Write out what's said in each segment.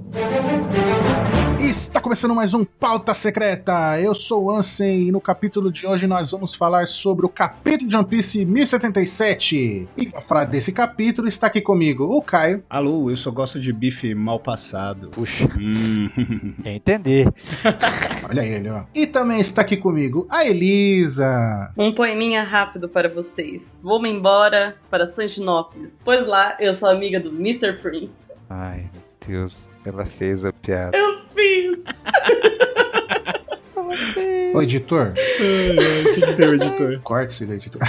Está começando mais um Pauta Secreta. Eu sou o Ansem e no capítulo de hoje nós vamos falar sobre o capítulo de One Piece 1077. E para falar desse capítulo está aqui comigo o Caio. Alô, eu só gosto de bife mal passado. Puxa, entendi. Olha ele, ó. E também está aqui comigo a Elisa. Um poeminha rápido para vocês. Vou-me embora para Santinópolis, pois lá eu sou amiga do Mr. Prince. Ai, meu Deus, ela fez a piada. Eu fiz! Ô, editor. O que tem o editor? Corta isso aí, editor.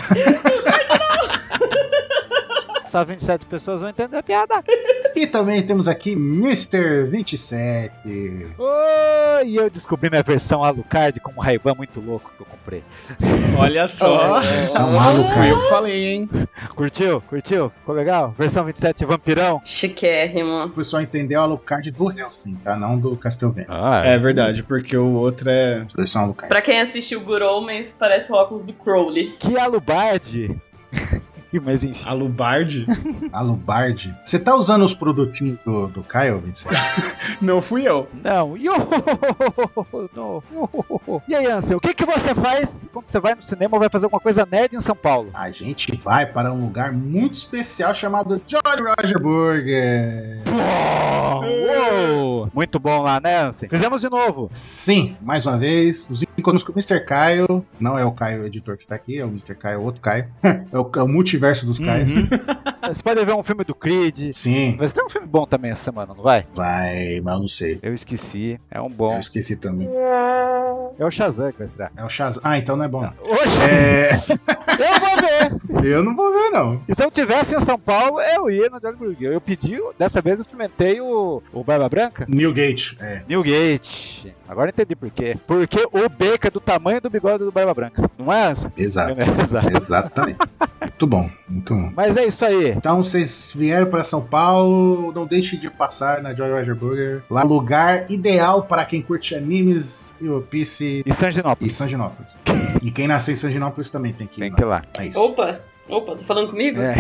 Só 27 pessoas vão entender a piada. E também temos aqui Mr. 27. Oh, e eu descobri minha versão Alucard com um Ray-Ban muito louco que eu comprei. Olha só. Versão Alucard. Fui eu que falei, hein? Curtiu? Ficou legal? Versão 27 vampirão. Chiquérrimo. O pessoal entendeu o Alucard do Hellsing, tá? Não do Castlevania. É verdade, porque o outro é... Os dois são Alucard. Pra quem assistiu Good Omens, parece o óculos do Crowley. Que Alucard. Mas enfim. Alucard? Alucard. Você tá usando os produtinhos do Caio, 27? Não fui eu. Não. Não. E aí, Ansel, o que você faz quando você vai no cinema ou vai fazer alguma coisa nerd em São Paulo? A gente vai para um lugar muito especial chamado Jolly Roger Burger. Uou! Muito bom lá, né, Ansel? Fizemos de novo. Sim, mais uma vez, nos encontramos com o Mr. Caio. Não é o Caio editor que está aqui, é o Mr. Caio, outro Caio. É o multiverso dos Caios. Você pode ver um filme do Creed. Sim. Mas tem um filme bom também essa semana, não vai? Vai, mas eu não sei. Eu esqueci. É um bom. Eu esqueci também. É o Shazam que vai estrear. É o Shazam. Ah, então não é bom. Oxe! Eu vou ver! Eu não vou ver, não. E se eu tivesse em São Paulo, eu ia no Jolly Burger. Eu pedi, dessa vez eu experimentei o Barba Branca. Newgate, é. Newgate. Agora entendi por quê. Porque o bacon é do tamanho do bigode do Barba Branca. Não é, Anson? Exato. Exato. Exatamente. Muito bom, muito bom. Mas é isso aí. Então, vocês vieram para São Paulo, não deixem de passar na Jolly Roger Burger. Lá, lugar ideal para quem curte animes e One Piece E Santinópolis. e Santinópolis. E quem nasceu em Santinópolis também tem que ir. Tem que ir lá. É isso. Opa, tá falando comigo? É.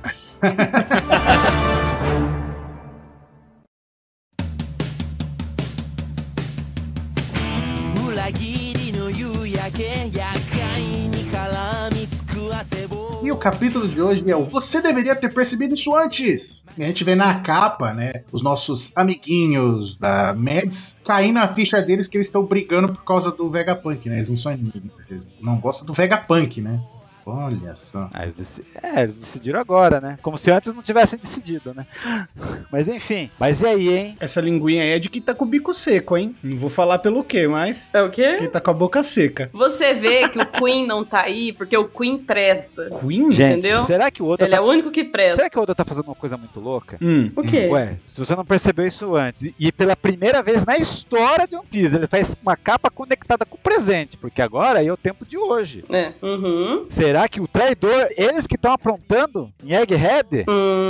E o capítulo de hoje é o Você Deveria Ter Percebido Isso Antes. E a gente vê na capa, né, os nossos amiguinhos da Mads caindo na ficha deles que eles estão brigando por causa do Vegapunk, né? Eles não são inimigos, não gostam do Vegapunk, né? Olha só. Eles decidiram agora, né? Como se antes não tivessem decidido, né? Mas enfim. Mas e aí, hein? Essa linguinha aí é de quem tá com o bico seco, hein? Não vou falar pelo quê, mas... É o quê? Quem tá com a boca seca. Você vê que o Queen não tá aí porque o Queen presta. Queen? Gente, Entendeu? será que o Oda Ele é o único que presta. Será que o Oda tá fazendo uma coisa muito louca? O quê? Ué, se você não percebeu isso antes, e pela primeira vez na história de One Piece, ele faz uma capa conectada com o presente, porque agora é o tempo de hoje. É. Uhum. Será que o traidor, eles que estão aprontando em Egghead?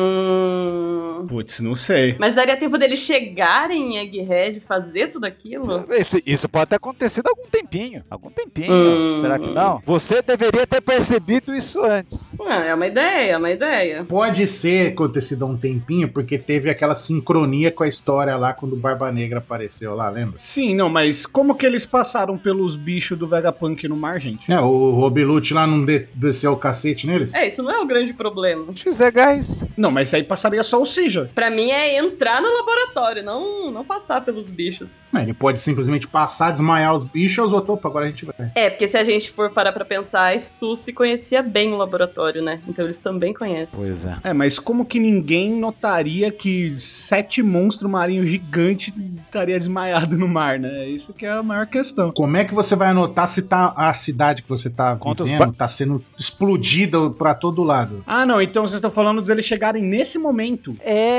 Putz, não sei. Mas daria tempo deles chegarem em Egghead e fazer tudo aquilo? Isso pode ter acontecido há algum tempinho. Será que não? Você deveria ter percebido isso antes. É uma ideia. Pode ser acontecido há um tempinho, porque teve aquela sincronia com a história lá quando o Barba Negra apareceu lá, lembra? Sim, não, mas como que eles passaram pelos bichos do Vegapunk no mar, gente? É, o Robilute lá não desceu o cacete neles? É, isso não é o grande problema. X é gás. Não, mas aí passaria só o Sija. Pra mim é entrar no laboratório, não passar pelos bichos. Ele pode simplesmente passar, desmaiar os bichos e os outros, opa, agora a gente vai. É, porque se a gente for parar pra pensar, a Stussy conhecia bem o laboratório, né? Então eles também conhecem. Pois é. É, mas como que ninguém notaria que 7 monstros marinhos gigantes estaria desmaiado no mar, né? Isso que é a maior questão. Como é que você vai anotar se tá a cidade que você tá vivendo tá sendo explodida pra todo lado? Ah, não, então vocês estão falando de eles chegarem nesse momento.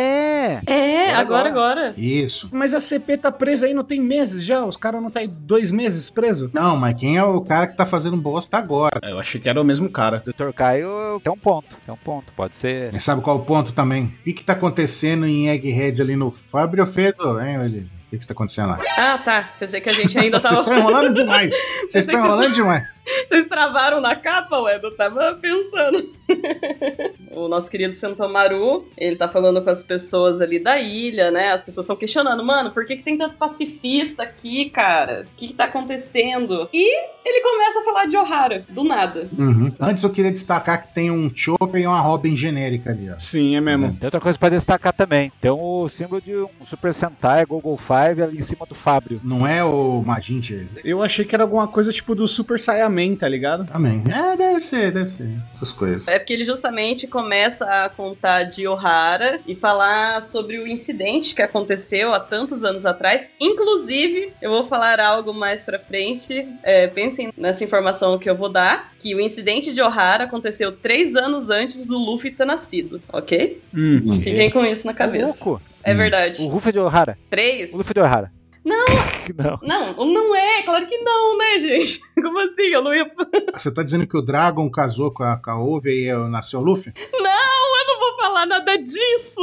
Agora. Isso. Mas a CP tá presa aí não tem meses já? Os caras não tá aí 2 meses preso? Não, mas quem é o cara que tá fazendo bosta agora? Eu achei que era o mesmo cara. Dr. Caio tem um ponto, pode ser. E sabe qual é o ponto também? O que tá acontecendo em Egghead ali no Fábio Fedo, hein, ele? O que tá acontecendo lá? Ah, tá. Pensei que a gente ainda tava... Vocês estão enrolando demais. Vocês estão enrolando demais. Vocês travaram na capa, ué? Eu tava pensando. O nosso querido Sentomaru, ele tá falando com as pessoas ali da ilha, né? As pessoas estão questionando, mano, por que tem tanto pacifista aqui, cara? O que tá acontecendo? E ele começa a falar de Ohara, do nada. Antes eu queria destacar que tem um Chopper e uma Robin genérica ali, ó. Sim, é mesmo. Tem outra coisa pra destacar também. Tem o símbolo de um Super Sentai, Google 5 ali em cima do Fábio. Não é o Majincher? Eu achei que era alguma coisa tipo do Super Saiyaman, tá ligado? Também. É, deve ser. Essas coisas. É porque ele justamente começa a contar de Ohara e falar sobre o incidente que aconteceu há tantos anos atrás. Inclusive, eu vou falar algo mais pra frente. Pensem nessa informação que eu vou dar, que o incidente de Ohara aconteceu 3 anos antes do Luffy ter nascido, ok? Fiquem com isso na cabeça. É verdade. O Luffy de Ohara. 3? O Luffy de Ohara. Não. Não é, claro que não, né, gente? Como assim? Eu não ia... Você tá dizendo que o Dragon casou com a Ove e nasceu o Luffy? Não, eu não vou falar nada disso.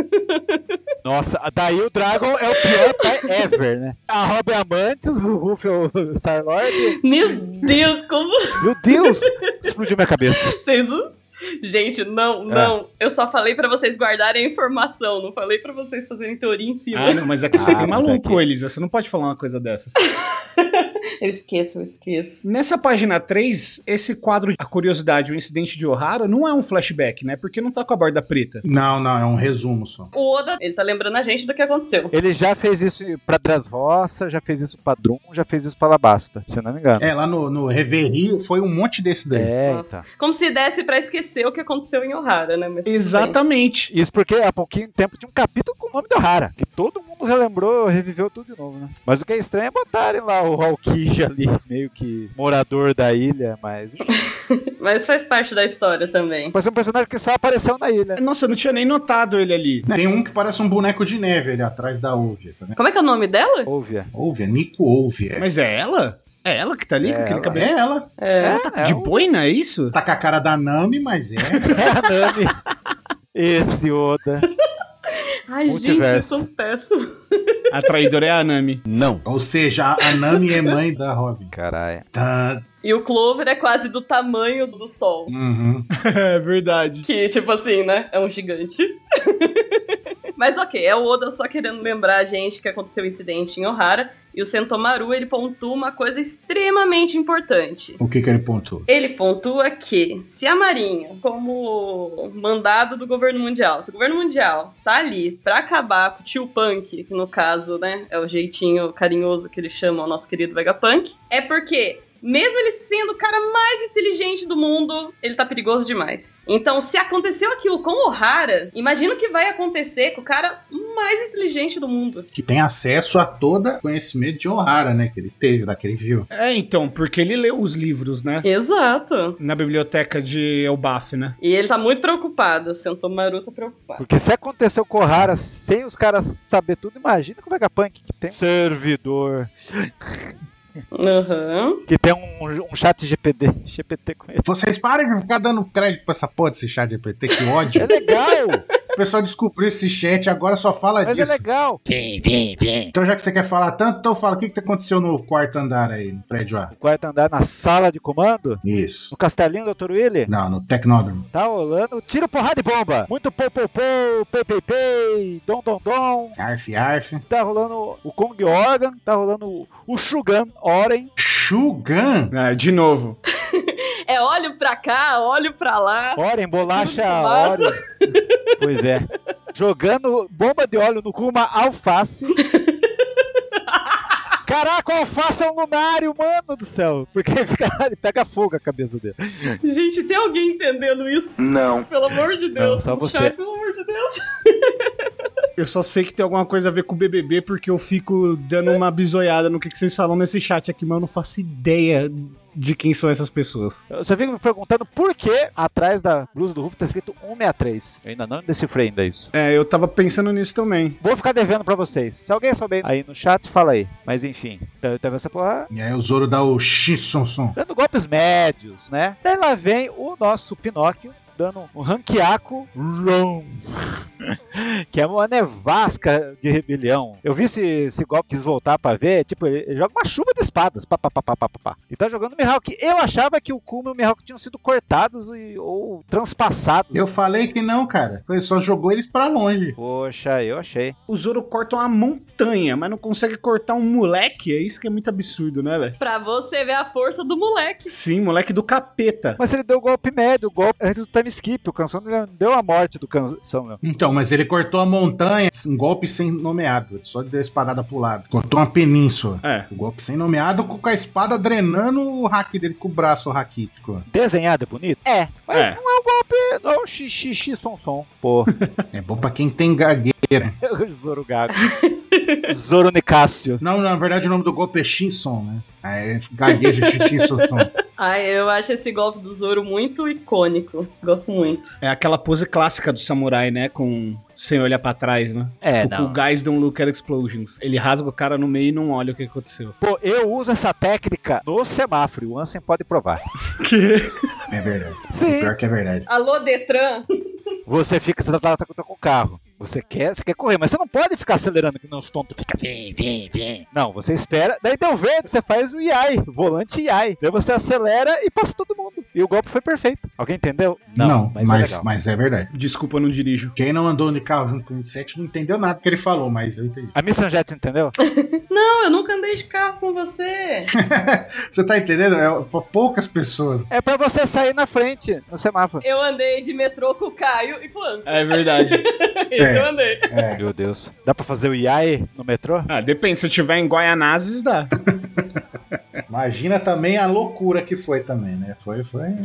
Nossa, daí o Dragon é o pior pai ever, né? A Robin Amantes, o Luffy é o Star-Lord. Meu Deus, como... Meu Deus! Explodiu minha cabeça. Vocês... Gente, não. Eu só falei pra vocês guardarem a informação, não falei pra vocês fazerem teoria em cima. Ah, não, mas é que você tem maluco, Elisa. Você não pode falar uma coisa dessas. Eu esqueço. Nessa página 3, esse quadro, a curiosidade, o incidente de Ohara, não é um flashback, né? Porque não tá com a borda preta. Não, é um resumo só. O Oda, ele tá lembrando a gente do que aconteceu. Ele já fez isso pra Dressrosa, já fez isso pra Drum, já fez isso pra Alabasta, se eu não me engano. Lá no Reverie foi um monte desse daí. Então. Como se desse pra esquecer o que aconteceu em Ohara, né? Mas exatamente. Isso porque há pouquinho tempo tinha um capítulo com o nome de Ohara, que todo mundo relembrou, reviveu tudo de novo, né? Mas o que é estranho é botarem lá o Aokiji ali, meio que morador da ilha, mas... Mas faz parte da história também. Mas é um personagem que só apareceu na ilha. Nossa, eu não tinha nem notado ele ali. Tem um que parece um boneco de neve ali atrás da Ovia, tá vendo? Como é que é o nome dela? Ovia. Nico Ovia. Mas é ela? É ela que tá ali com aquele cabelo? É ela. Ela tá de boina, é isso? Tá com a cara da Nami, mas é. É a Nami. Esse Oda. Ai, Multiverso. gente, eu sou péssimo. A traidora é a Nami. Não. Ou seja, a Nami é mãe da Robin. Caralho. Tá. E o Clover é quase do tamanho do Sol. É verdade. Que, tipo assim, né? É um gigante. Mas ok, é o Oda só querendo lembrar a gente que aconteceu o incidente em Ohara. E o Sentomaru, ele pontua uma coisa extremamente importante. O que ele pontua? Ele pontua que se a Marinha, como mandado do governo mundial, se o governo mundial tá ali pra acabar com o tio Punk, que no caso, né, é o jeitinho carinhoso que ele chama o nosso querido Vegapunk, é porque... mesmo ele sendo o cara mais inteligente do mundo, ele tá perigoso demais. Então, se aconteceu aquilo com Ohara, imagina o que vai acontecer com o cara mais inteligente do mundo. Que tem acesso a todo conhecimento de Ohara, né? Que ele teve, daquele viu. Então, porque ele leu os livros, né? Exato. Na biblioteca de Elbaf, né? E ele tá muito preocupado, o Sentomaru tá preocupado. Porque se aconteceu com Ohara sem os caras saber tudo, imagina com o Vegapunk, que tem um servidor... Que tem um chat GPT com ele. Vocês parem de ficar dando crédito pra essa porra desse chat GPT, que ódio. É legal! O pessoal descobriu esse chat, agora só fala Mas disso. é legal! Vem. Então já que você quer falar tanto, então fala, o que aconteceu no quarto andar aí, no prédio A? O quarto andar na sala de comando? Isso. No castelinho do Dr. Willy? Não, no Tecnódromo. Tá rolando tiro, porrada e bomba! Muito pei, dom. Arf. Tá rolando o Kong Organ, tá rolando o Shugan Oren. Shugan? Ah, de novo. É óleo pra cá, óleo pra lá. Oren, bolacha, Fumaça. óleo. Pois é. Jogando bomba de óleo no cu uma alface. Caraca, o alface é um lunário, mano do céu. Porque ele pega fogo a cabeça dele. Gente, tem alguém entendendo isso? Não. Pelo amor de Deus. Não, só no você. chat, pelo amor de Deus. Eu só sei que tem alguma coisa a ver com o BBB porque eu fico dando uma bisoiada no que vocês falam nesse chat aqui, mas eu não faço ideia de quem são essas pessoas. Eu só fico me perguntando por que atrás da blusa do Ruff tá escrito 163. Eu ainda não decifrei ainda isso. Eu tava pensando nisso também. Vou ficar devendo pra vocês. Se alguém souber aí no chat, fala aí. Mas enfim, então teve essa porra E aí o Zoro dá o X-Sonson. dando golpes médios, né? Daí lá vem o nosso Pinóquio, dando um ranqueaco Ron. Que é uma nevasca de rebelião. Eu vi esse golpe, quis voltar pra ver. Tipo, ele joga uma chuva de espadas. Pá. E tá jogando o Mihawk. Eu achava que o Kuma e o Mihawk tinham sido cortados ou transpassados. Eu falei que não, cara. Ele só jogou eles pra longe. Poxa, eu achei. O Zoro corta uma montanha, mas não consegue cortar um moleque. É isso que é muito absurdo, né, velho? Pra você ver a força do moleque. Sim, moleque do capeta. Mas ele deu o golpe médio, o golpe antes do time skip. O Canção não deu a morte do Canção, não. Então, mas ele cortou a montanha, um golpe sem nomeado. Ele só deu a espadada pro lado. Cortou uma península. É. O golpe sem nomeado com a espada drenando o haki dele com o braço raquítico. Desenhado é bonito? É. Mas não é um golpe. Não, xixi, som. Pô. É bom pra quem tem gagueira. Zoro Gago. Zoro Nicásio. Não, na verdade o nome do golpe é Shinson, né? É gagueja, xixi, sotom. Ai, eu acho esse golpe do Zoro muito icônico. Gosto muito. É aquela pose clássica do samurai, né? Sem olhar pra trás, né? Tipo, o guys don't look at explosions. Ele rasga o cara no meio e não olha o que aconteceu. Pô, eu uso essa técnica no semáforo. O Ansem pode provar. Que? É verdade. Sim. O pior que é verdade. Alô, Detran? Você tá com o carro. Você quer correr, mas você não pode ficar acelerando que não os tontos ficam vem. Não, você espera, daí deu vento, você faz o Iai, o volante Iai. Daí você acelera e passa todo mundo. E o golpe foi perfeito. Alguém entendeu? Não, mas é verdade. Desculpa, eu não dirijo. Quem não andou de carro junto com o 27 não entendeu nada que ele falou, mas eu entendi. A Miss Sanjete entendeu? Não, eu nunca andei de carro com você. Você tá entendendo? É pra poucas pessoas. É pra você sair na frente, no semáforo. Eu andei de metrô com o Caio e com o Ansem. É verdade. Eu andei. Meu Deus. Dá pra fazer o Iai no metrô? Ah, depende. Se eu tiver em Guaianazes, dá. Imagina também a loucura que foi também, né? Foi.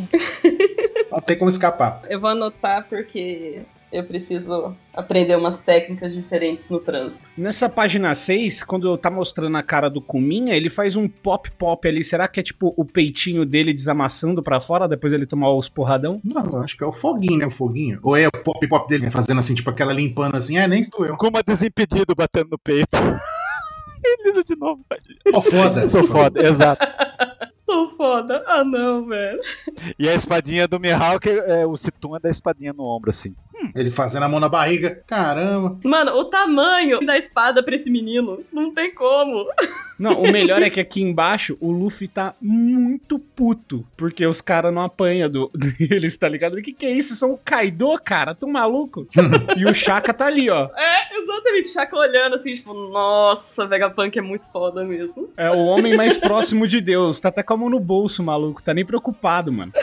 Não tem como escapar. Eu vou anotar porque eu preciso aprender umas técnicas diferentes no trânsito. Nessa página 6, quando tá mostrando a cara do Kuminha, ele faz um pop ali. Será que é tipo o peitinho dele desamassando pra fora, depois ele tomar os porradão? Não, eu acho que é o foguinho, né? O foguinho. Ou é o pop dele fazendo assim, tipo aquela limpando assim. Nem estou eu. Com uma desimpedido batendo no peito. Ele de novo. Sou foda. Sou foda, exato. Sou foda. Ah, não, velho. E a espadinha do Mihawk, o Situn é da espadinha no ombro, assim. Ele fazendo a mão na barriga. Caramba. Mano, o tamanho da espada pra esse menino, não tem como. Não, o melhor é que aqui embaixo o Luffy tá muito puto, porque os caras não apanham deles, tá ligado? O que é isso? São o Kaido, cara? Tão maluco? E o Shaka tá ali, ó. É, exatamente. Shaka olhando assim, tipo, nossa, Vegapunk é muito foda mesmo. É o homem mais próximo de Deus. Tá até com a mão no bolso, maluco. Tá nem preocupado, mano.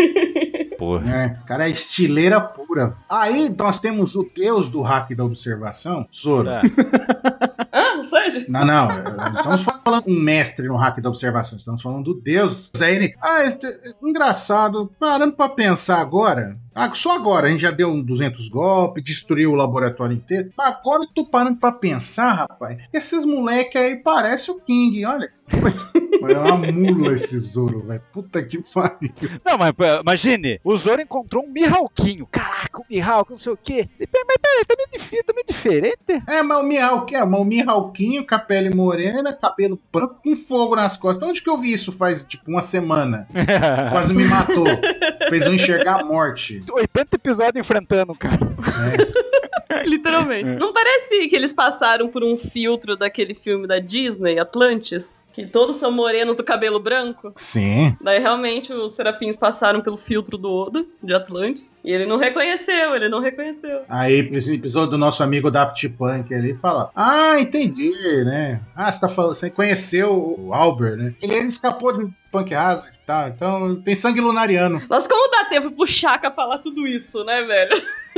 Porra. Cara, é estileira pura. Aí nós temos o deus do hack da observação, Zoro. Não seja? Não estamos falando um mestre no hack da observação, estamos falando do deus. Aí ele, engraçado, parando pra pensar agora, só agora, a gente já deu 200 golpes, destruiu o laboratório inteiro, agora eu tô parando pra pensar, rapaz, esses moleque aí parecem o King, olha. Mas é uma mula esse Zoro, velho. Puta que pariu. Não, mas imagine, o Zoro encontrou um Mihawkinho. Caraca, o Mihawk, não sei o quê. Mas peraí, tá meio difícil, tá meio diferente. Mas o Mihawkinho com a pele morena, cabelo branco, com fogo nas costas. Onde que eu vi isso faz, tipo, uma semana? Quase me matou. Fez eu enxergar a morte. 80 episódios enfrentando, cara. Literalmente. Não parece que eles passaram por um filtro daquele filme da Disney, Atlantis? Que todos são morenos do cabelo branco? Sim. Daí realmente os serafins passaram pelo filtro do Oda, de Atlantis. E ele não reconheceu. Aí, esse episódio do nosso amigo Daft Punk ali fala: entendi, né? Você tá falando, você conheceu o Albert, né? Ele escapou de Punk Hazard, tá? Então tem sangue lunariano. Mas como dá tempo pro Shaka falar tudo isso, né, velho?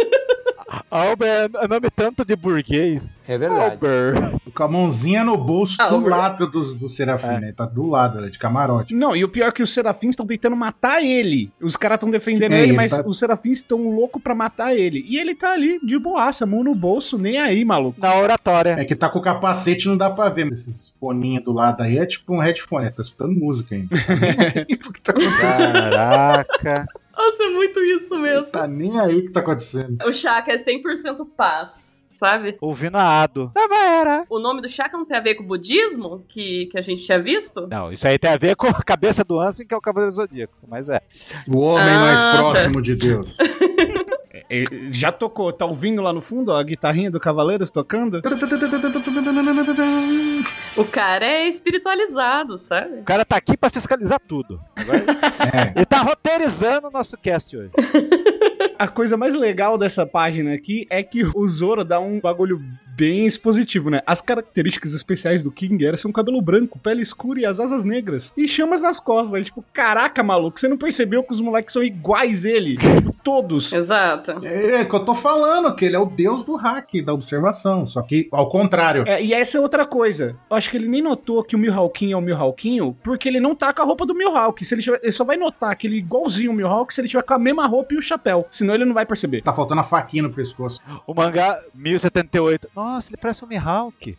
Albert é nome tanto de burguês. É verdade. Albert. Com a mãozinha no bolso do lado do Serafim, né? Tá do lado, de camarote. Não, e o pior é que os Serafins estão tentando matar ele. Os caras estão defendendo ele, mas os Serafins estão loucos pra matar ele. E ele tá ali, de boaça, mão no bolso, nem aí, maluco. Na oratória. É que tá com o capacete, não dá pra ver. Esses foninhos do lado aí é tipo um headphone, tá escutando música ainda. O que tá acontecendo? Caraca. Nossa, é muito isso mesmo. Tá nem aí o que tá acontecendo. O Shaka é 100% paz, sabe? Ouvindo a Ado. Tava Caraca. O nome do Shaka não tem a ver com o budismo que a gente tinha visto? Não, isso aí tem a ver com a cabeça do Ansem, que é o Cavaleiro Zodíaco, mas é. O homem mais próximo de Deus. Já tocou, tá ouvindo lá no fundo ó, a guitarrinha do Cavaleiros tocando? O cara é espiritualizado, sabe? O cara tá aqui pra fiscalizar tudo. Agora, ele tá roteirizando o nosso cast hoje. A coisa mais legal dessa página aqui é que o Zoro dá um bagulho bem expositivo, né? As características especiais do King era ser um cabelo branco, pele escura e as asas negras. E chamas nas costas. Aí, tipo, caraca, maluco, você não percebeu que os moleques são iguais ele? Tipo, todos. Exato. É que eu tô falando, que ele é o deus do hack, da observação. Só que ao contrário. E essa é outra coisa. Eu acho que ele nem notou que o Mihawkinho é o Mihawkinho, porque ele não tá com a roupa do Mihawk. Se ele só vai notar que ele é igualzinho o Mihawk se ele tiver com a mesma roupa e o chapéu. Senão ele não vai perceber. Tá faltando a faquinha no pescoço. O mangá 1078. Nossa, ele parece um Mihawk.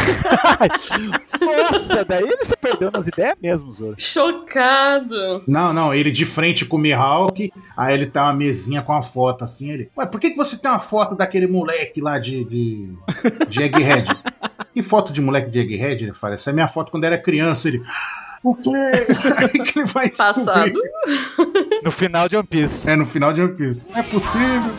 Nossa, daí ele se perdeu nas ideias mesmo, Zoro. Chocado. Não, ele de frente com o Mihawk, aí ele tá uma mesinha com uma foto assim, ele... Ué, por que você tem uma foto daquele moleque lá de Egghead? Que foto de moleque de Egghead? Ele fala, essa é minha foto quando era criança, ele... O quê? Aí que ele vai descobrir. Passado. No final de One Piece. É, no final de One Piece. Não é possível.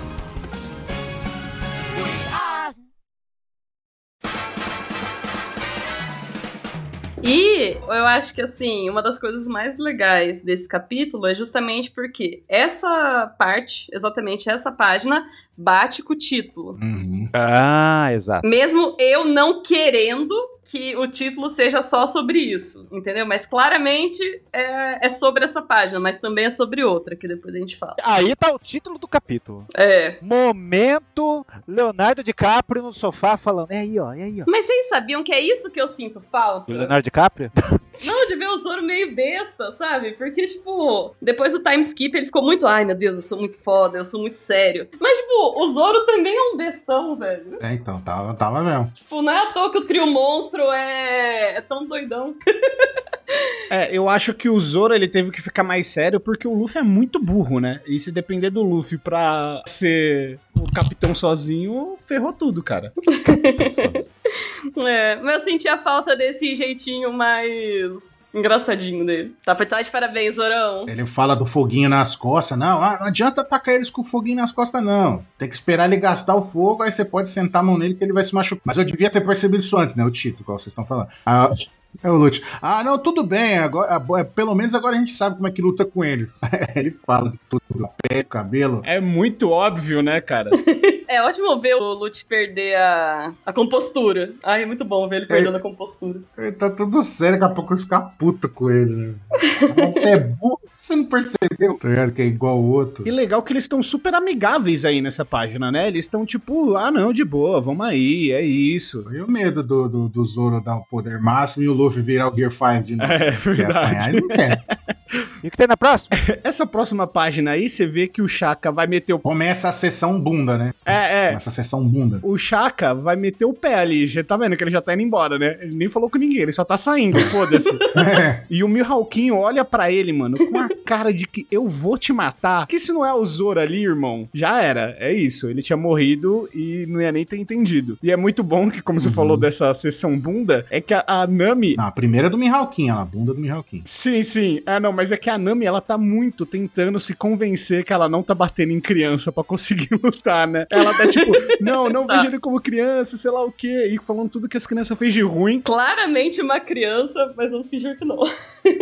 E eu acho que, assim, uma das coisas mais legais desse capítulo é justamente porque essa parte, exatamente essa página, bate com o título. Uhum. Ah, exato. Mesmo eu não querendo que o título seja só sobre isso, entendeu? Mas claramente é sobre essa página, mas também é sobre outra, que depois a gente fala. Aí tá o título do capítulo. É. Momento Leonardo DiCaprio no sofá falando, é aí, ó. Mas vocês sabiam que é isso que eu sinto falta? E o Leonardo DiCaprio? Não, de ver o Zoro meio besta, sabe? Porque, tipo, depois do time skip ele ficou muito, ai meu Deus, eu sou muito foda, eu sou muito sério. Mas, tipo, o Zoro também é um bestão, velho. É, então, tava mesmo. Tipo, não é à toa que o trio monstro é tão doidão. Eu acho que o Zoro ele teve que ficar mais sério porque o Luffy é muito burro, né? E se depender do Luffy pra ser o capitão sozinho, ferrou tudo, cara. Mas eu senti a falta desse jeitinho mais engraçadinho dele. Tá de parabéns, Zorão. Ele fala do foguinho nas costas. Não adianta atacar eles com o foguinho nas costas, não. Tem que esperar ele gastar o fogo, aí você pode sentar a mão nele que ele vai se machucar. Mas eu devia ter percebido isso antes, né? O título, igual vocês estão falando. É o Lute. Não, tudo bem. Agora, pelo menos agora a gente sabe como é que luta com ele. Ele fala de tudo, pé, cabelo. É muito óbvio, né, cara? É ótimo ver o Lute perder a compostura. Ai, é muito bom ver ele perdendo a compostura. Ele tá tudo sério, daqui a pouco eu vou ficar puto com ele, né? Você é burro. Você não percebeu, tá ligado? Que é igual o outro. E legal que eles estão super amigáveis aí nessa página, né? Eles estão tipo, não, de boa, vamos aí, é isso. E o medo do Zoro dar o poder máximo e o Luffy virar o Gear 5 de novo. É verdade. Ele não quer. E o que tem na próxima? Essa próxima página aí, você vê que o Shaka vai meter o... Começa a sessão bunda, né? Começa a sessão bunda. O Shaka vai meter o pé ali. Já tá vendo que ele já tá indo embora, né? Ele nem falou com ninguém, ele só tá saindo, foda-se. E o Mihawkinho olha pra ele, mano, com a cara de que eu vou te matar. Que se não é o Zoro ali, irmão, já era. É isso. Ele tinha morrido e não ia nem ter entendido. E é muito bom que, como você falou dessa sessão bunda, é que a Nami... Não, a primeira é do Mihawkinho, a bunda do Mihawkinho. Sim. Não, mas é que a Nami, ela tá muito tentando se convencer que ela não tá batendo em criança pra conseguir lutar, né? Ela tá tipo, não veja ele como criança, sei lá o quê, e falando tudo que as crianças fez de ruim. Claramente uma criança, mas vamos fingir que não.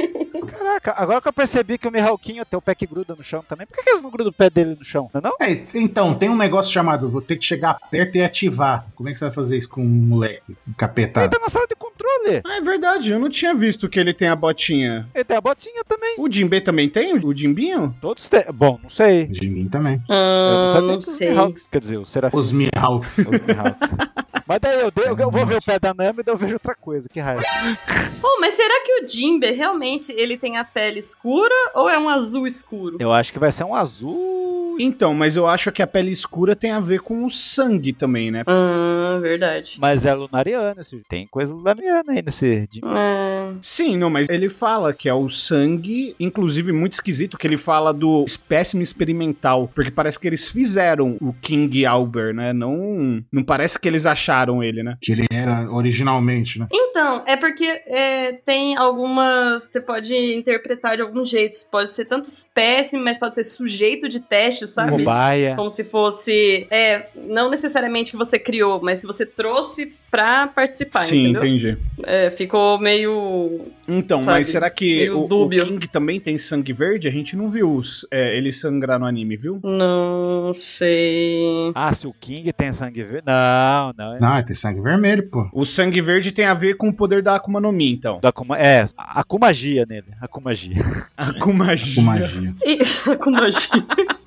Caraca, agora que eu percebi que o Mihawkinho tem o pé que gruda no chão também, por que eles não grudam o pé dele no chão, não é não? Então, tem um negócio chamado, vou ter que chegar perto e ativar. Como é que você vai fazer isso com um moleque capetado? Ele tá na sala de controle. É verdade, eu não tinha visto que ele tem a botinha. Ele tem a botinha também. O Jinbe também tem? O Jimbinho? Todos têm. Bom, não sei. O Jinbin também. Eu não sabia não que os sei. Mihawks, quer dizer, o Serafim. Os Mihawks. Os Mihawks. Mas daí eu vou ver o pé da Nami e daí eu vejo outra coisa, que raiva. Mas será que o Jinbe realmente ele tem a pele escura ou é um azul escuro? Eu acho que vai ser um azul. Então, mas eu acho que a pele escura tem a ver com o sangue também, né? Verdade. Mas é lunariano, tem coisa lunariana aí nesse Jinbe. Sim, não, mas ele fala que é o sangue, inclusive muito esquisito que ele fala do espécime experimental, porque parece que eles fizeram o King Albert, né? Não parece que eles acharam deixaram ele, né? Que ele era originalmente, né? Então, é porque tem algumas... Você pode interpretar de alguns jeitos. Pode ser tanto espécime, mas pode ser sujeito de teste, sabe? Cobaia. Como se fosse... não necessariamente que você criou, mas que você trouxe pra participar, Sim, entendeu? entendi. Ficou meio... Então, sabe, mas será que o dúbio. King também tem sangue verde? A gente não viu ele sangrar no anime, viu? Não sei... Ah, se o King tem sangue verde... Não. Não, tem sangue vermelho, pô. O sangue verde tem a ver com o poder da Akuma no Mi, então. A Akumagia nele. Akumagia. Akumagia. Com magia. Com magia.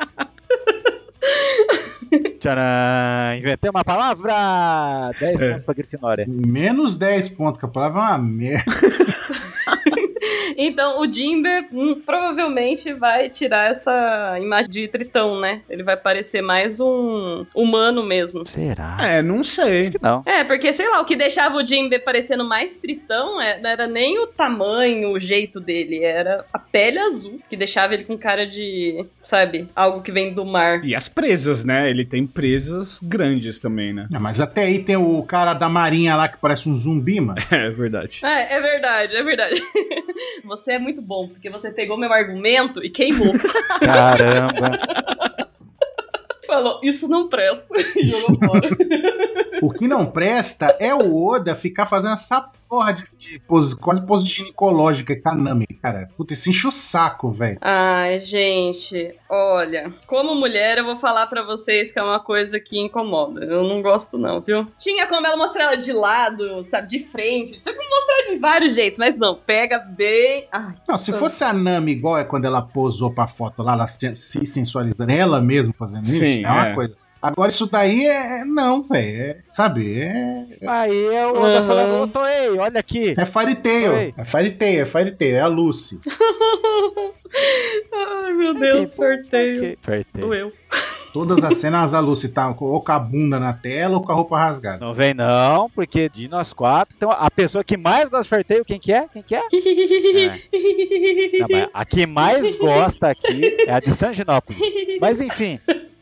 Tcharam! Inventei uma palavra! 10 pontos pra Grifinória. Menos 10 pontos, que a palavra é uma merda. Então, o Jinbe provavelmente vai tirar essa imagem de tritão, né? Ele vai parecer mais um humano mesmo. Será? Não sei. Não. Porque, sei lá, o que deixava o Jinbe parecendo mais tritão não era nem o tamanho, o jeito dele, era a pele azul, que deixava ele com cara de, sabe, algo que vem do mar. E as presas, né? Ele tem presas grandes também, né? Mas até aí tem o cara da marinha lá que parece um zumbi, mano. É verdade. É verdade. Você é muito bom, porque você pegou meu argumento e queimou. Caramba. Falou, isso não presta. E jogou fora. O que não presta é o Oda ficar fazendo essa porra de pose, quase pose ginecológica com a Nami, cara. Puta, isso enche o saco, velho. Ai, gente, olha, como mulher eu vou falar pra vocês que é uma coisa que incomoda. Eu não gosto não, viu? Tinha como ela mostrar ela de lado, sabe, de frente. Tinha como mostrar de vários jeitos, mas não, pega bem... Ai, Não, se fosse a Nami igual é quando ela posou pra foto lá, ela se sensualizando, ela mesmo fazendo isso, Sim, é uma coisa. Agora isso daí não, velho, sabe, Aí eu tô falando, ô Toei, olha aqui. é Fairy Tail, Oi. é Fairy Tail, é a Lucy. Ai, meu Deus, sorteio. Sorteio. Doeu. Todas as cenas a Lucy tá ou com a bunda na tela ou com a roupa rasgada. Não vem não, porque de nós quatro, então a pessoa que mais gosta de sorteio, quem que é? Quem que é? Não, mas a que mais gosta aqui é a de Sanginópolis. Mas enfim,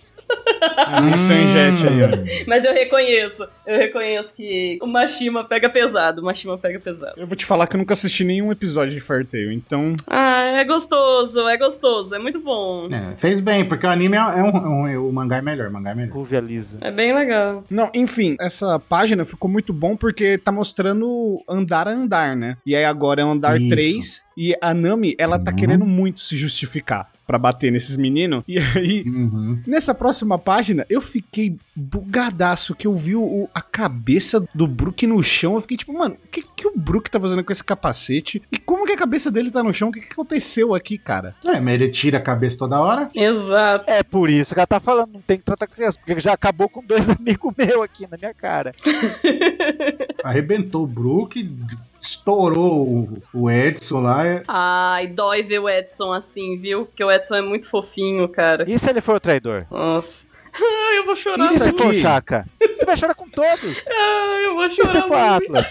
Sanjete aí, ó. Mas eu reconheço que o Mashima pega pesado, Eu vou te falar que eu nunca assisti nenhum episódio de Fairy Tail, então... Ah, é gostoso, é muito bom. Fez bem, porque o anime o mangá é melhor, Rúvia Lisa. É bem legal. Não, enfim, essa página ficou muito bom porque tá mostrando andar a andar, né? E aí agora é o andar Isso. 3 e a Nami, ela tá querendo muito se justificar pra bater nesses meninos. E aí, nessa próxima página, eu fiquei bugadaço que eu vi a cabeça do Brook no chão. Eu fiquei tipo, mano, o que o Brook tá fazendo com esse capacete? E como que a cabeça dele tá no chão? O que aconteceu aqui, cara? Mas ele tira a cabeça toda hora. Exato. É por isso que ela tá falando, não tem que tratar criança, porque já acabou com 2 amigos meus aqui na minha cara. Arrebentou o Brook, estourou o Edson lá. Ai, dói ver o Edson assim, viu? Porque o Edson é muito fofinho, cara. E se ele for o traidor? Nossa. Ai, eu vou chorar Isso E se muito. for aqui? Chaka? Você vai chorar com todos. Ai, eu vou E se chorar for muito. Atlas?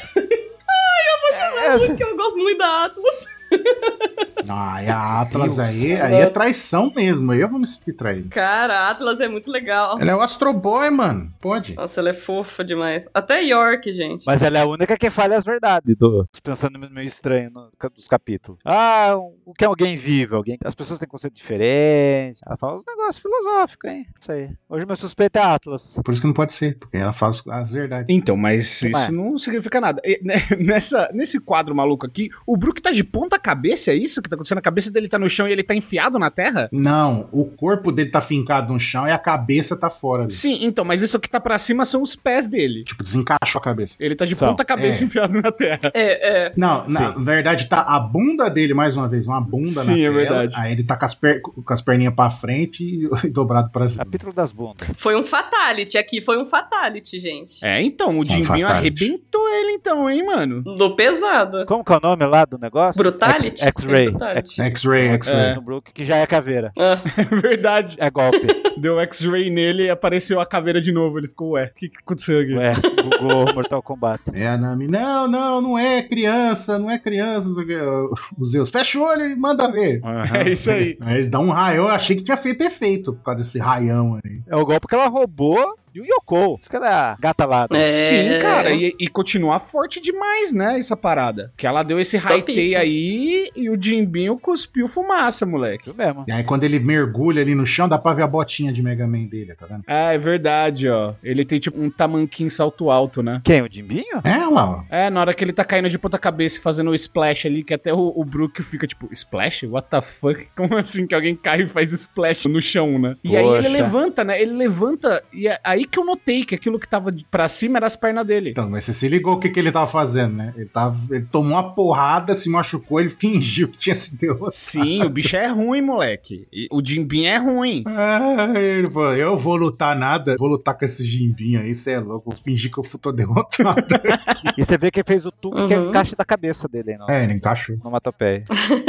Porque eu gosto muito da Atlas. E a Atlas aí é traição mesmo. Aí eu vou me sentir traído. Cara, a Atlas é muito legal. Ela é o Astro Boy, mano. Pode. Nossa, ela é fofa demais. Até York, gente. Mas ela é a única que fala as verdades. Pensando meio estranho dos capítulos. O que é alguém vive? As pessoas têm conceito diferente. Ela fala uns negócios filosóficos, hein? Isso aí. Hoje meu suspeito é Atlas. Por isso que não pode ser, porque ela fala as verdades. Então, mas Como isso é? não significa nada. Nesse quadro maluco aqui, o Brook tá de ponta cabeça, é isso que tá acontecendo? A cabeça dele tá no chão e ele tá enfiado na terra? Não, o corpo dele tá fincado no chão e a cabeça tá fora ali. Sim, então, mas isso que tá pra cima são os pés dele. Tipo, desencaixou a cabeça. Ele tá de São. ponta cabeça enfiado na terra. Não, na verdade tá a bunda dele, mais uma vez, uma bunda na Sim, é tela. verdade. Aí ele tá com as perninhas pra frente e dobrado pra cima. Capítulo das bundas. Foi um fatality aqui, foi um fatality, gente. Então, o Foi um Jinbinho fatality. arrebentou ele então, hein, mano? Do pesado. Como que é o nome lá do negócio? Brutality? X-Ray. Brutality. X-Ray. No Brook, que já é caveira. Ah, É verdade. É golpe. Deu X-Ray nele e apareceu a caveira de novo. Ele ficou, o que aconteceu aqui? Ué, Google Mortal Kombat. É a Nami. Não é criança, não sei o quê. O Zeus, fecha o olho e manda ver. É isso aí. Aí ele dá um raião, eu achei que tinha feito efeito por causa desse raião aí. É o golpe que ela roubou E o Yoko, isso que era a gata lá. Sim, cara, e continuar forte demais, né, essa parada. Que ela deu esse high-tay aí e o Jinbinho cuspiu fumaça, moleque. Isso mesmo. E aí quando ele mergulha ali no chão, dá pra ver a botinha de Mega Man dele, tá vendo? É verdade, ó. Ele tem tipo um tamanquinho salto alto, né? Quem, o Jinbinho? Lá, ó. Na hora que ele tá caindo de ponta cabeça e fazendo o splash ali, que até o Brook fica tipo, splash? What the fuck? Como assim que alguém cai e faz splash no chão, né? E aí ele levanta, né? Ele levanta e é aí que eu notei que aquilo que tava pra cima era as pernas dele. Então, mas você se ligou o que ele tava fazendo, né? Ele tomou uma porrada, se machucou, ele fingiu que tinha se derrotado. Sim, o bicho é ruim, moleque. E o Jinbin é ruim. Ele falou, eu vou lutar nada, vou lutar com esse Jinbin aí, cê é louco, vou fingir que eu tô derrotado. E você vê que ele fez o tubo que é o encaixe da cabeça dele aí, não? Ele encaixou. Onomatopeia.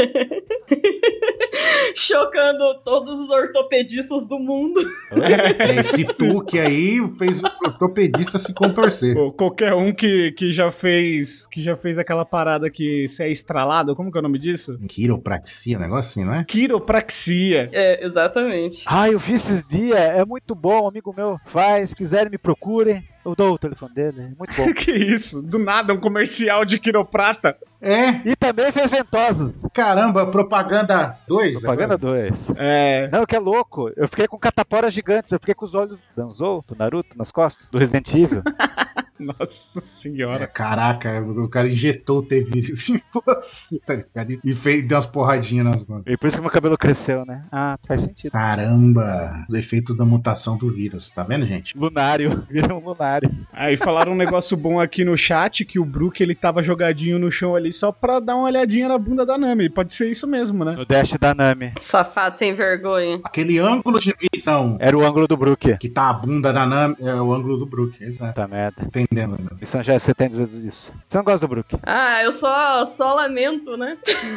Chocando todos os ortopedistas do mundo. Esse tuque aí fez o ortopedista se contorcer. Pô, qualquer um que já fez aquela parada que você é estralado, como que é o nome disso? Quiropraxia, um negócio assim, não é? Quiropraxia. Exatamente. Eu vi esses dias, é muito bom, um amigo meu faz, quiserem me procurem. Eu dou o telefone dele, é muito bom. Que isso? Do nada, um comercial de quiroprata. E também fez ventosos. Caramba, propaganda 2? Propaganda 2. Não, que é louco. Eu fiquei com cataporas gigantes, eu fiquei com os olhos do Danzou, do Naruto, nas costas, do Resident Evil. Nossa senhora. Caraca, o cara injetou o T-Vírus em você, tá ligado? E deu umas porradinhas nas mãos. E por isso que meu cabelo cresceu, né? Faz sentido. Caramba, o efeito da mutação do vírus, tá vendo, gente? Lunário, vira um lunário. Aí falaram um negócio bom aqui no chat, que o Brook, ele tava jogadinho no chão ali só pra dar uma olhadinha na bunda da Nami. Pode ser isso mesmo, né? No dash da Nami. Safado sem vergonha. Aquele ângulo de visão Era o ângulo do Brook. que tá a bunda da Nami, é o ângulo do Brook, exato. Tá merda. Entendendo, né? Isso já você tem dizendo isso. Você não gosta do Brook? Eu só lamento, né?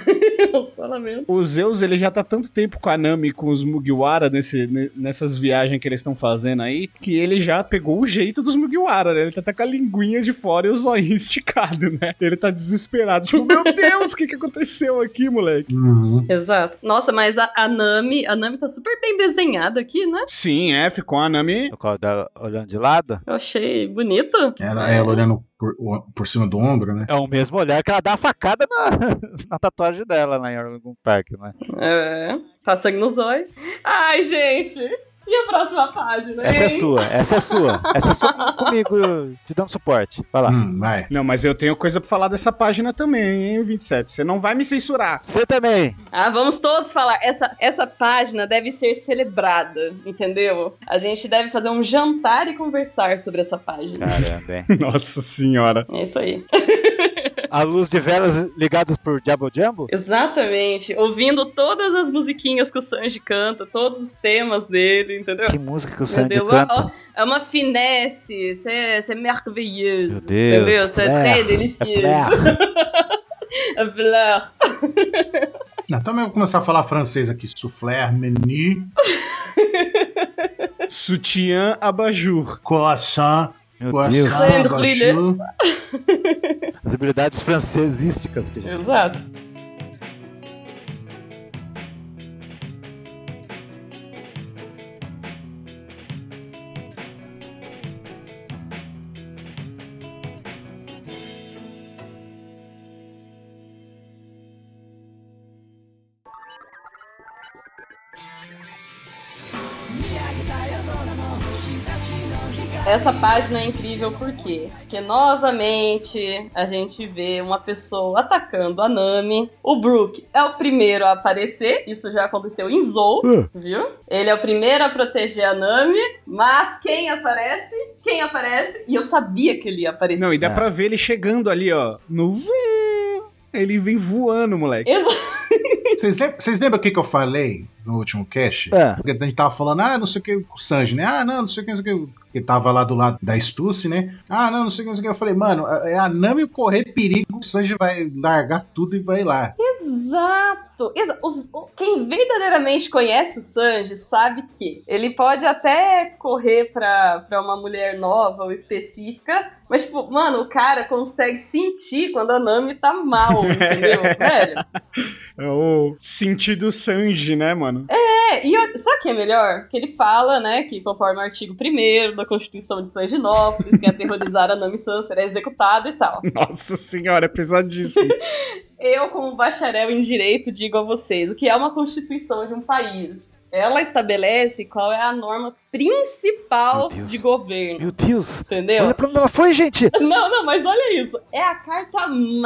Eu só lamento. O Zeus, ele já tá tanto tempo com a Nami e com os Mugiwara nessas viagens que eles estão fazendo aí, que ele já pegou o jeito dos Mugiwara, né? Ele tá até com a linguinha de fora e os olhinhos esticados, né? Ele tá desesperado. Tipo, meu Deus, o que aconteceu aqui, moleque? Uhum. Exato. Nossa, mas a Nami tá super bem desenhada aqui, né? Sim, ficou a Nami... Olhando de lado? Eu achei bonito. Ela olhando por cima do ombro, né? É o mesmo olhar que ela dá a facada na tatuagem dela lá em algum parque, né? Tá sangue no zóio. Ai, gente. E a próxima página, Essa hein? é sua comigo, te dando suporte. Vai lá. Vai. Não, mas eu tenho coisa pra falar dessa página também, hein, 27. Você não vai me censurar. Você também. Vamos todos falar. Essa página deve ser celebrada, entendeu? A gente deve fazer um jantar e conversar sobre essa página. Caramba, hein? Nossa senhora. É isso aí. A luz de velas ligadas por Jabbo Jumbo? Exatamente. Ouvindo todas as musiquinhas que o Sanji canta, todos os temas dele, entendeu? Que música que o Meu Sanji Deus, canta? é uma finesse, c'est merveilleuse. Meu Deus, entendeu? C'est très délicieuse. A fleur. Também vou começar a falar francês aqui. Soufflé, menu, Sutiã abajur. croissant, Meu croissant, Deus. abajur. As habilidades francesísticas que a gente... Exato. Essa página é incrível por quê? Porque novamente a gente vê uma pessoa atacando a Nami. O Brook é o primeiro a aparecer, isso já aconteceu em Zou, viu? Ele é o primeiro a proteger a Nami, mas quem aparece? E eu sabia que ele ia aparecer. Não, e dá pra ver ele chegando ali, ó, no vum. Ele vem voando, moleque. Vocês lembram o que eu falei no último cast? Porque a gente tava falando, não sei o que, o Sanji, né? Não sei o que, não sei o que. Que tava lá do lado da Stussy, né? Não sei o que, não sei o que. Eu falei, mano, é a Nami correr perigo, o Sanji vai largar tudo e vai lá. Exato! Quem verdadeiramente conhece o Sanji sabe que ele pode até correr pra uma mulher nova ou específica, mas, tipo, mano, o cara consegue sentir quando a Nami tá mal, entendeu? Velho. É o sentido Sanji, né, mano? Sabe o que é melhor? Que ele fala, né, que conforme o artigo 1º da Constituição de Sanjinópolis, que aterrorizar a Nami-san será executado e tal. Nossa senhora, é pesadíssimo. Eu, como bacharel em direito, digo a vocês, o que é uma constituição de um país? Ela estabelece qual é a norma principal de governo. Meu Deus! Entendeu? Olha pra onde ela foi, gente! Não, mas olha isso. É a carta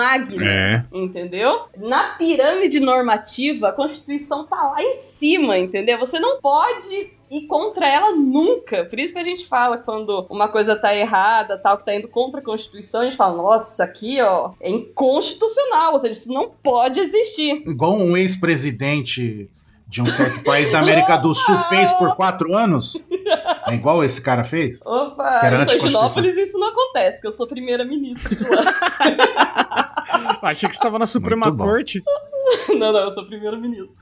magna, entendeu? Na pirâmide normativa, a Constituição tá lá em cima, entendeu? Você não pode ir contra ela nunca. Por isso que a gente fala quando uma coisa tá errada, tal, que tá indo contra a Constituição, a gente fala, nossa, isso aqui, ó, é inconstitucional, ou seja, isso não pode existir. Igual um ex-presidente de um certo país da América do Sul fez por 4 anos. É igual esse cara fez? Opa, em Sanjinópolis isso não acontece, porque eu sou primeira-ministra de lá. Achei que você estava na Suprema Corte. Não, eu sou primeiro-ministro.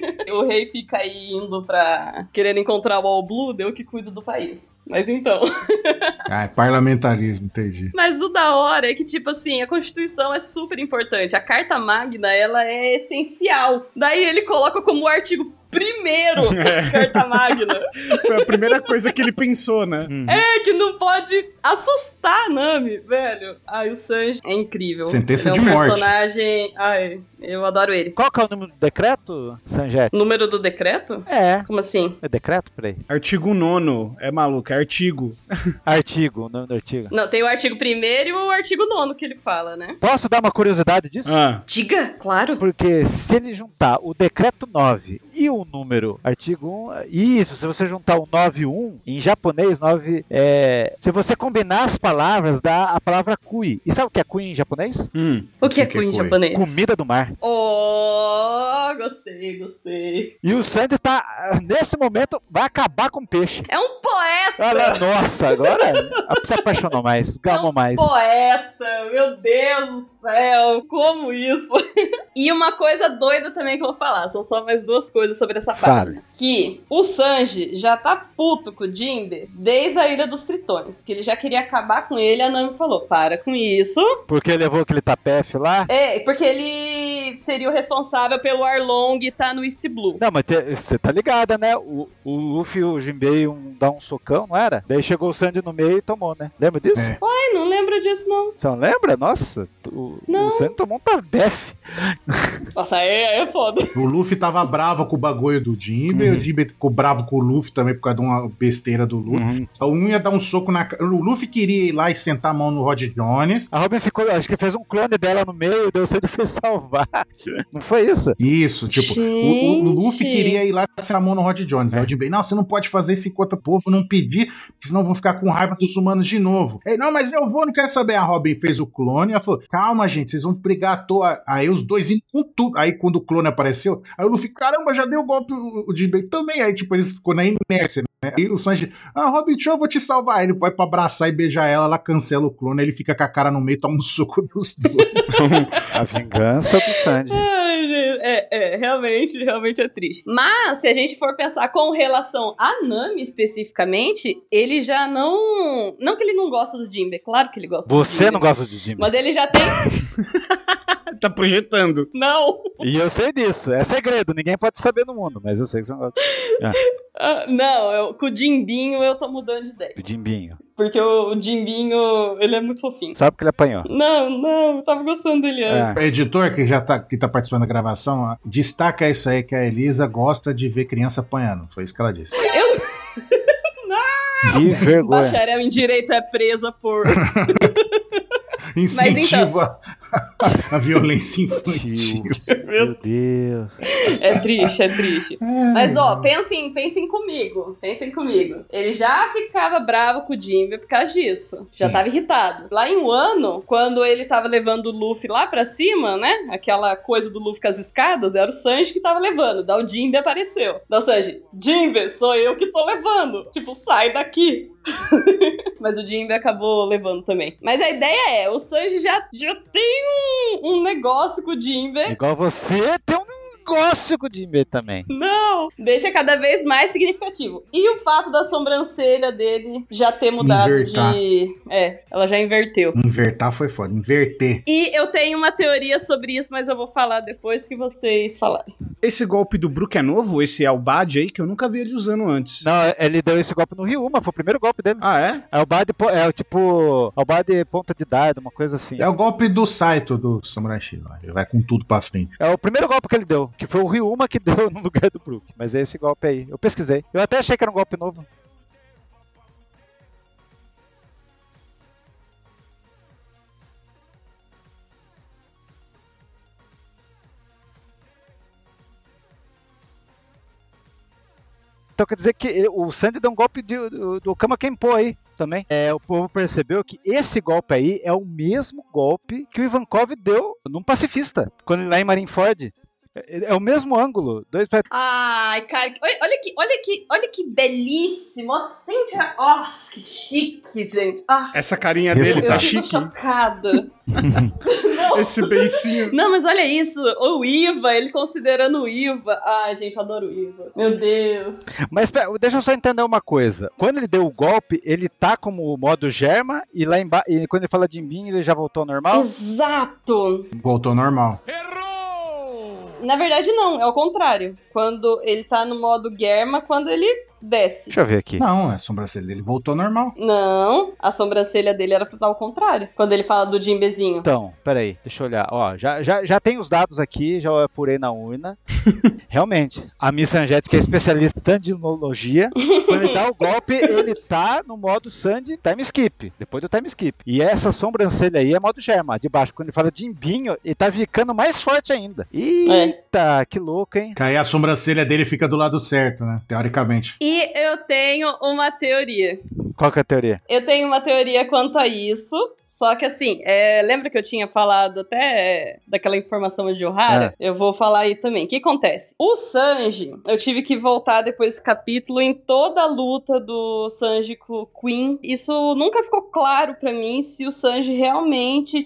O rei fica aí indo pra querer encontrar o All Blue, eu que cuido do país. Mas então... É parlamentarismo, entendi. Mas o da hora é que, tipo assim, a Constituição é super importante. A Carta Magna, ela é essencial. Daí ele coloca como artigo primeiro Carta Magna. Foi a primeira coisa que ele pensou, né? É, que não pode assustar a Nami, velho. Ai, o Sanji é incrível. Sentença ele de é um morte. Personagem... Ai, eu adoro ele. Qual que é o número do decreto, Sanjete? Número do decreto? É. Como assim? É decreto? Peraí. Artigo 9º. É maluco, é artigo. Artigo, o nome do artigo. Não, tem o artigo 1º e o artigo 9º que ele fala, né? Posso dar uma curiosidade disso? Diga, claro. Porque se ele juntar o decreto 9 e o número artigo 1, isso, se você juntar o 9 e 1, em japonês, 9 se você combinar as palavras, dá a palavra kui. E sabe o que é kui em japonês? O que é kui em japonês? Comida do mar. Oh, gostei. E o Sandy tá, nesse momento, vai acabar com o peixe. É um poeta! Olha, nossa, agora se apaixonou mais, gamou mais. Poeta, meu Deus do céu, como isso? E uma coisa doida também que eu vou falar, são só mais 2 coisas sobre essa página. Que o Sanji já tá puto com o Jinbe desde a Ilha dos Tritões, que ele já queria acabar com ele, a Nami falou, para com isso. Porque ele levou aquele tapete lá? É, porque ele seria o responsável pelo Arlong estar no East Blue. Não, mas você tá ligada, né? O Luffy e o Jinbei dá um socão, não era? Daí chegou o Sanji no meio e tomou, né? Lembra disso? É. Ai, não lembro disso, não. Você não lembra? Nossa, o Sanji tomou um tabefe. Nossa, é foda. O Luffy tava bravo com o bagulho do Jinbe, o Jinbe ficou bravo com o Luffy também por causa de uma besteira do Luffy. Um ia dar um soco na cara. O Luffy queria ir lá e sentar a mão no Rod Jones. A Robin ficou, acho que fez um clone dela no meio e deu Sanji foi salvar. Não foi isso? Isso, tipo, o Luffy queria ir lá e sentar a mão no Rod Jones. Aí o Jinbe, não, você não pode fazer isso enquanto o povo não pedir, porque senão vão ficar com raiva dos humanos de novo. Aí, não, mas eu vou, não quero saber. A Robin fez o clone, ela falou, calma, gente, vocês vão brigar à toa. Aí os dois indo com tudo. Aí quando o clone apareceu, aí o Luffy, caramba, já deu golpe o Jinbe também. Aí tipo, eles ficou na inércia, né? Aí o Sanji, Robin, eu vou te salvar. Aí ele vai pra abraçar e beijar ela, ela cancela o clone, aí ele fica com a cara no meio, toma um soco dos dois. A vingança do Sanji. Ai, gente, realmente é triste. Mas, se a gente for pensar com relação a Nami especificamente, ele já não... Não que ele não gosta do Jinbe, claro que ele gosta do Jinbe. Você não gosta do Jinbe. Mas ele já tem... Tá projetando. Não. E eu sei disso, é segredo, ninguém pode saber no mundo, mas eu sei que você não gosta. Não, com o Jimbinho eu tô mudando de ideia. O Jimbinho. Porque o Jimbinho, ele é muito fofinho. Só porque ele apanhou. Não, eu tava gostando dele antes. O editor que tá participando da gravação, destaca isso aí que a Elisa gosta de ver criança apanhando. Foi isso que ela disse. Que vergonha. Bacharel em Direito é presa por... Incentiva a violência infantil. Meu Deus. É triste. Mas, ó, pensem comigo. Ele já ficava bravo com o Jinbe por causa disso. Sim. Já tava irritado. Lá em Wano, quando ele tava levando o Luffy lá pra cima, né? Aquela coisa do Luffy com as escadas, era o Sanji que tava levando. Daí o Jinbe apareceu. Daí o Sanji, Jinbe, sou eu que tô levando. Tipo, sai daqui. Mas o Jinbe acabou levando também. Mas a ideia é, o Sanji já tem um negócio com o Jinbe. Igual você tem um negócio com o Jinbe também. Não! Deixa cada vez mais significativo. E o fato da sobrancelha dele já ter mudado Invertar. ela já inverteu. Invertar foi foda. Inverter. E eu tenho uma teoria sobre isso, mas eu vou falar depois que vocês falarem. Esse golpe do Brook é novo? Esse Albad aí, que eu nunca vi ele usando antes. Não, ele deu esse golpe no Ryuma, foi o primeiro golpe dele. Ah, é? É o Bad, o Bad ponta de dado, uma coisa assim. É o golpe do Saito do Samurai X. Ele vai com tudo pra frente. É o primeiro golpe que ele deu, que foi o Ryuma que deu no lugar do Brook. Mas é esse golpe aí. Eu pesquisei. Eu até achei que era um golpe novo. Então quer dizer que o Sandy deu um golpe do Kama Kenpo aí também. O povo percebeu que esse golpe aí é o mesmo golpe que o Ivankov deu num pacifista, quando ele lá em Marineford. É o mesmo ângulo. Ai, cara, olha que belíssimo. Assim, nossa, que chique, gente. Essa carinha dele tá eu chique. fico chocada. Esse beicinho. Não, mas olha isso. O Iva, ele considerando o Iva. Ai, gente, eu adoro o Iva. Meu Deus. Mas deixa eu só entender uma coisa. Quando ele deu o golpe, ele tá como modo Germa e lá embaixo, e quando ele fala de Imbin, ele já voltou ao normal? Exato. Voltou normal. Na verdade, não. É o contrário. Quando ele tá no modo Germa, quando ele desce. Deixa eu ver aqui. Não, a sobrancelha dele voltou normal. Não, a sobrancelha dele era pra estar ao contrário. Quando ele fala do Jinbezinho. Então, peraí, deixa eu olhar. Ó, já tem os dados aqui, já apurei na urna. Realmente, a Miss Angélica, que é especialista em sandinologia, quando ele dá o golpe, ele tá no modo Sandy time skip, depois do time skip. E essa sobrancelha aí é modo Germa, de baixo. Quando ele fala de Imbinho, ele tá ficando mais forte ainda. Eita, que louco, hein? Que aí a sobrancelha dele fica do lado certo, né? Teoricamente. E eu tenho uma teoria. Qual que é a teoria? Eu tenho uma teoria quanto a isso. Só que assim, lembra que eu tinha falado até daquela informação de Ohara? Eu vou falar aí também. O que acontece? O Sanji, eu tive que voltar depois desse capítulo em toda a luta do Sanji com o Queen. Isso nunca ficou claro pra mim se o Sanji realmente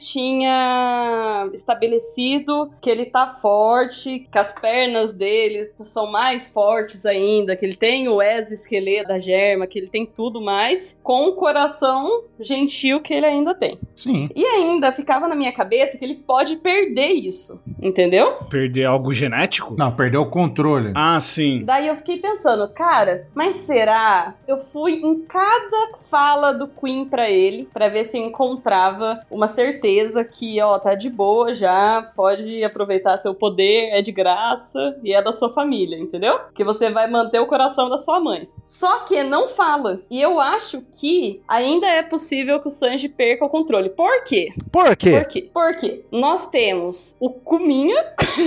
tinha estabelecido que ele tá forte, que as pernas dele são mais fortes ainda, que ele tem o exoesqueleto da Germa, que ele tem tudo mais, com o coração gentil que ele ainda tem. Sim. E ainda ficava na minha cabeça que ele pode perder isso, entendeu? Perder algo genético? Não, perdeu o controle. Ah, sim. Daí eu fiquei pensando, cara, mas será? Eu fui em cada fala do Queen pra ele, pra ver se eu encontrava uma certeza que, ó, tá de boa já, pode aproveitar seu poder, é de graça e é da sua família, entendeu? Que você vai manter o coração da sua mãe. Só que não fala. E eu acho que ainda é possível que o Sanji perca o controle. Por quê? Por quê? Por quê? Porque nós temos o Kuminha,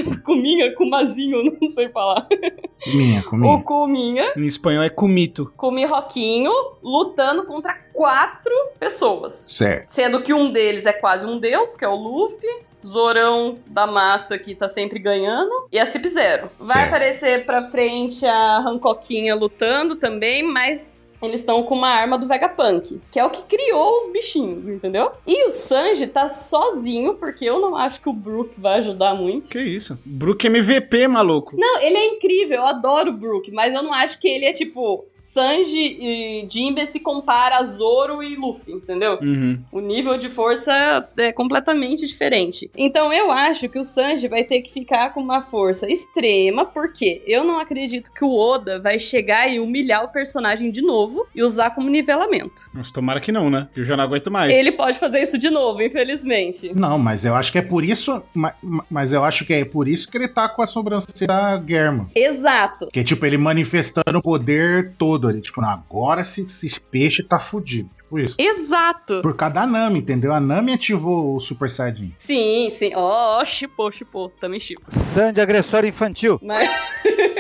Kumazinho, não sei falar. Kuminha. O Kuminha, Em espanhol é Kumito. Kumi Roquinho, lutando contra 4 pessoas. Certo. Sendo que um deles é quase um deus, que é o Luffy. Zorão da massa que tá sempre ganhando. E a Cip-Zero. Vai Certo. aparecer pra frente a Hancoquinha lutando também, mas eles estão com uma arma do Vegapunk, que é o que criou os bichinhos, entendeu? E o Sanji tá sozinho, porque eu não acho que o Brook vai ajudar muito. Que isso? Brook MVP, maluco. Não, ele é incrível, eu adoro o Brook, mas eu não acho que ele é tipo... Sanji e Jinbe se compara a Zoro e Luffy, entendeu? Uhum. O nível de força é completamente diferente. Então eu acho que o Sanji vai ter que ficar com uma força extrema, porque eu não acredito que o Oda vai chegar e humilhar o personagem de novo e usar como nivelamento. Mas tomara que não, né? Que eu já não aguento mais. Ele pode fazer isso de novo, infelizmente. Não, mas eu acho que é por isso. Mas eu acho que é por isso que ele tá com a sobrancelha da Germa. Exato. Que tipo, ele manifestando o poder todo ali. Tipo, não, agora esse peixe tá fudido. Tipo isso. Exato. Por causa da Nami, entendeu? A Nami ativou o Super Saiyajin. Sim. Ó, chipou. Também chipo. Sandy agressor infantil. Mas...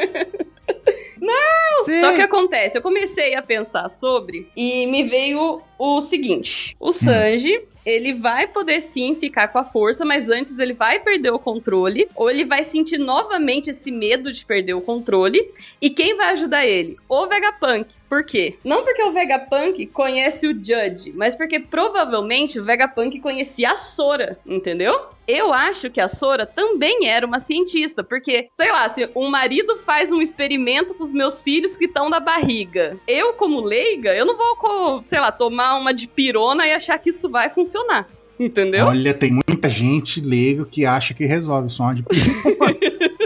Sim. Só que acontece, eu comecei a pensar sobre e me veio o seguinte, o Sanji... Ele vai poder sim ficar com a força, mas antes ele vai perder o controle, ou ele vai sentir novamente esse medo de perder o controle. E quem vai ajudar ele? O Vegapunk. Por quê? Não porque o Vegapunk conhece o Judge, mas porque provavelmente o Vegapunk conhecia a Sora, entendeu? Eu acho que a Sora também era uma cientista, porque, sei lá, se um marido faz um experimento com os meus filhos que estão na barriga, eu, como leiga, eu não vou, sei lá, tomar uma dipirona e achar que isso vai funcionar, entendeu? Olha, tem muita gente leigo que acha que resolve só uma dipirona.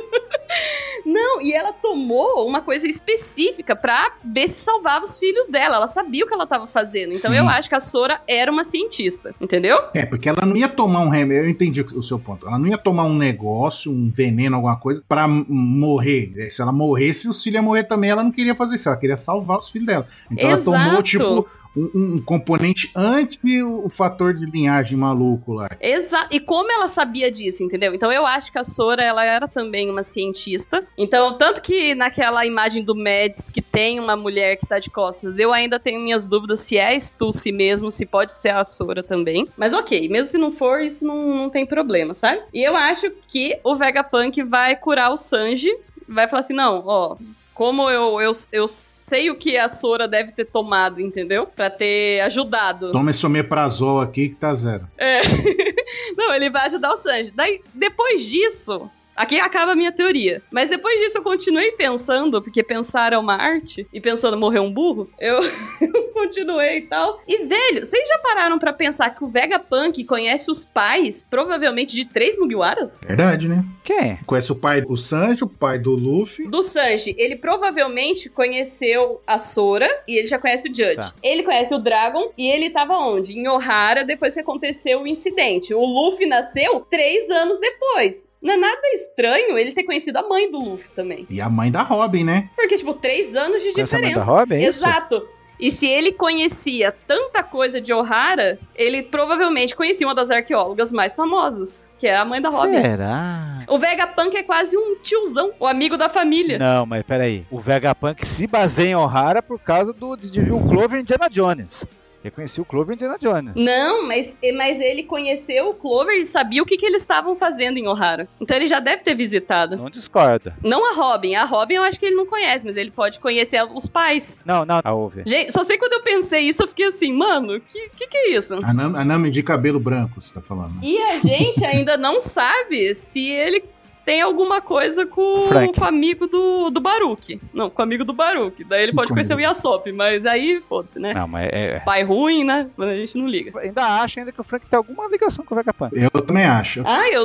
Não, e ela tomou uma coisa específica pra ver se salvava os filhos dela. Ela sabia o que ela tava fazendo. Então eu acho que a Sora era uma cientista, entendeu? É, porque ela não ia tomar um remédio, eu entendi o seu ponto. Ela não ia tomar um negócio, um veneno, alguma coisa, pra morrer. Se ela morresse, os filhos iam morrer também. Ela não queria fazer isso, ela queria salvar os filhos dela. Então Exato. Ela tomou, tipo... Um componente antes o fator de linhagem maluco lá. Exato. E como ela sabia disso, entendeu? Então eu acho que a Sora, ela era também uma cientista. Então, tanto que naquela imagem do Mads, que tem uma mulher que tá de costas, eu ainda tenho minhas dúvidas se é a Stussy mesmo, se pode ser a Sora também. Mas ok, mesmo se não for, isso não tem problema, sabe? E eu acho que o Vegapunk vai curar o Sanji, vai falar assim, não, ó... Como eu sei o que a Sora deve ter tomado, entendeu? Pra ter ajudado. Toma esse omeprazol aqui que tá zero. É. Não, ele vai ajudar o Sanji. Daí, depois disso... Aqui acaba a minha teoria. Mas depois disso eu continuei pensando, porque pensar é uma arte, e pensando morrer um burro, eu continuei e tal. E, velho, vocês já pararam pra pensar que o Vegapunk conhece os pais, provavelmente, de 3 Mugiwaras? Verdade, né? Quem? Conhece o pai do Sanji, o pai do Luffy. Do Sanji, ele provavelmente conheceu a Sora, e ele já conhece o Judge. Tá. Ele conhece o Dragon, e ele tava onde? Em Ohara, depois que aconteceu o incidente. O Luffy nasceu 3 anos depois. Não é nada estranho ele ter conhecido a mãe do Luffy também. E a mãe da Robin, né? Porque, tipo, 3 anos de Conhece a mãe diferença. da Robin, é isso? Exato. E se ele conhecia tanta coisa de Ohara, ele provavelmente conhecia uma das arqueólogas mais famosas, que é a mãe da Robin. Será? O Vegapunk é quase um tiozão, o amigo da família. Não, mas peraí. O Vegapunk se baseia em Ohara por causa de ver o Clover em Indiana Jones. Eu conheci o Clover em Indiana Jones. Não, mas ele conheceu o Clover e sabia o que eles estavam fazendo em Ohara. Então ele já deve ter visitado. Não discorda. Não a Robin. A Robin eu acho que ele não conhece, mas ele pode conhecer os pais. Não, ouve. Gente, só sei quando eu pensei isso, eu fiquei assim, mano, que é isso? A Nami de cabelo branco, você tá falando. E a gente ainda não sabe se ele tem alguma coisa com o amigo do Baruch. Não, com o amigo do Baruch. Daí ele pode conhecer o Yasop, mas aí, foda-se, né? Não, mas Pai ruim, né? Mas a gente não liga. Ainda acho que o Frank tem alguma ligação com o Vegapunk. Eu também acho. Ah, eu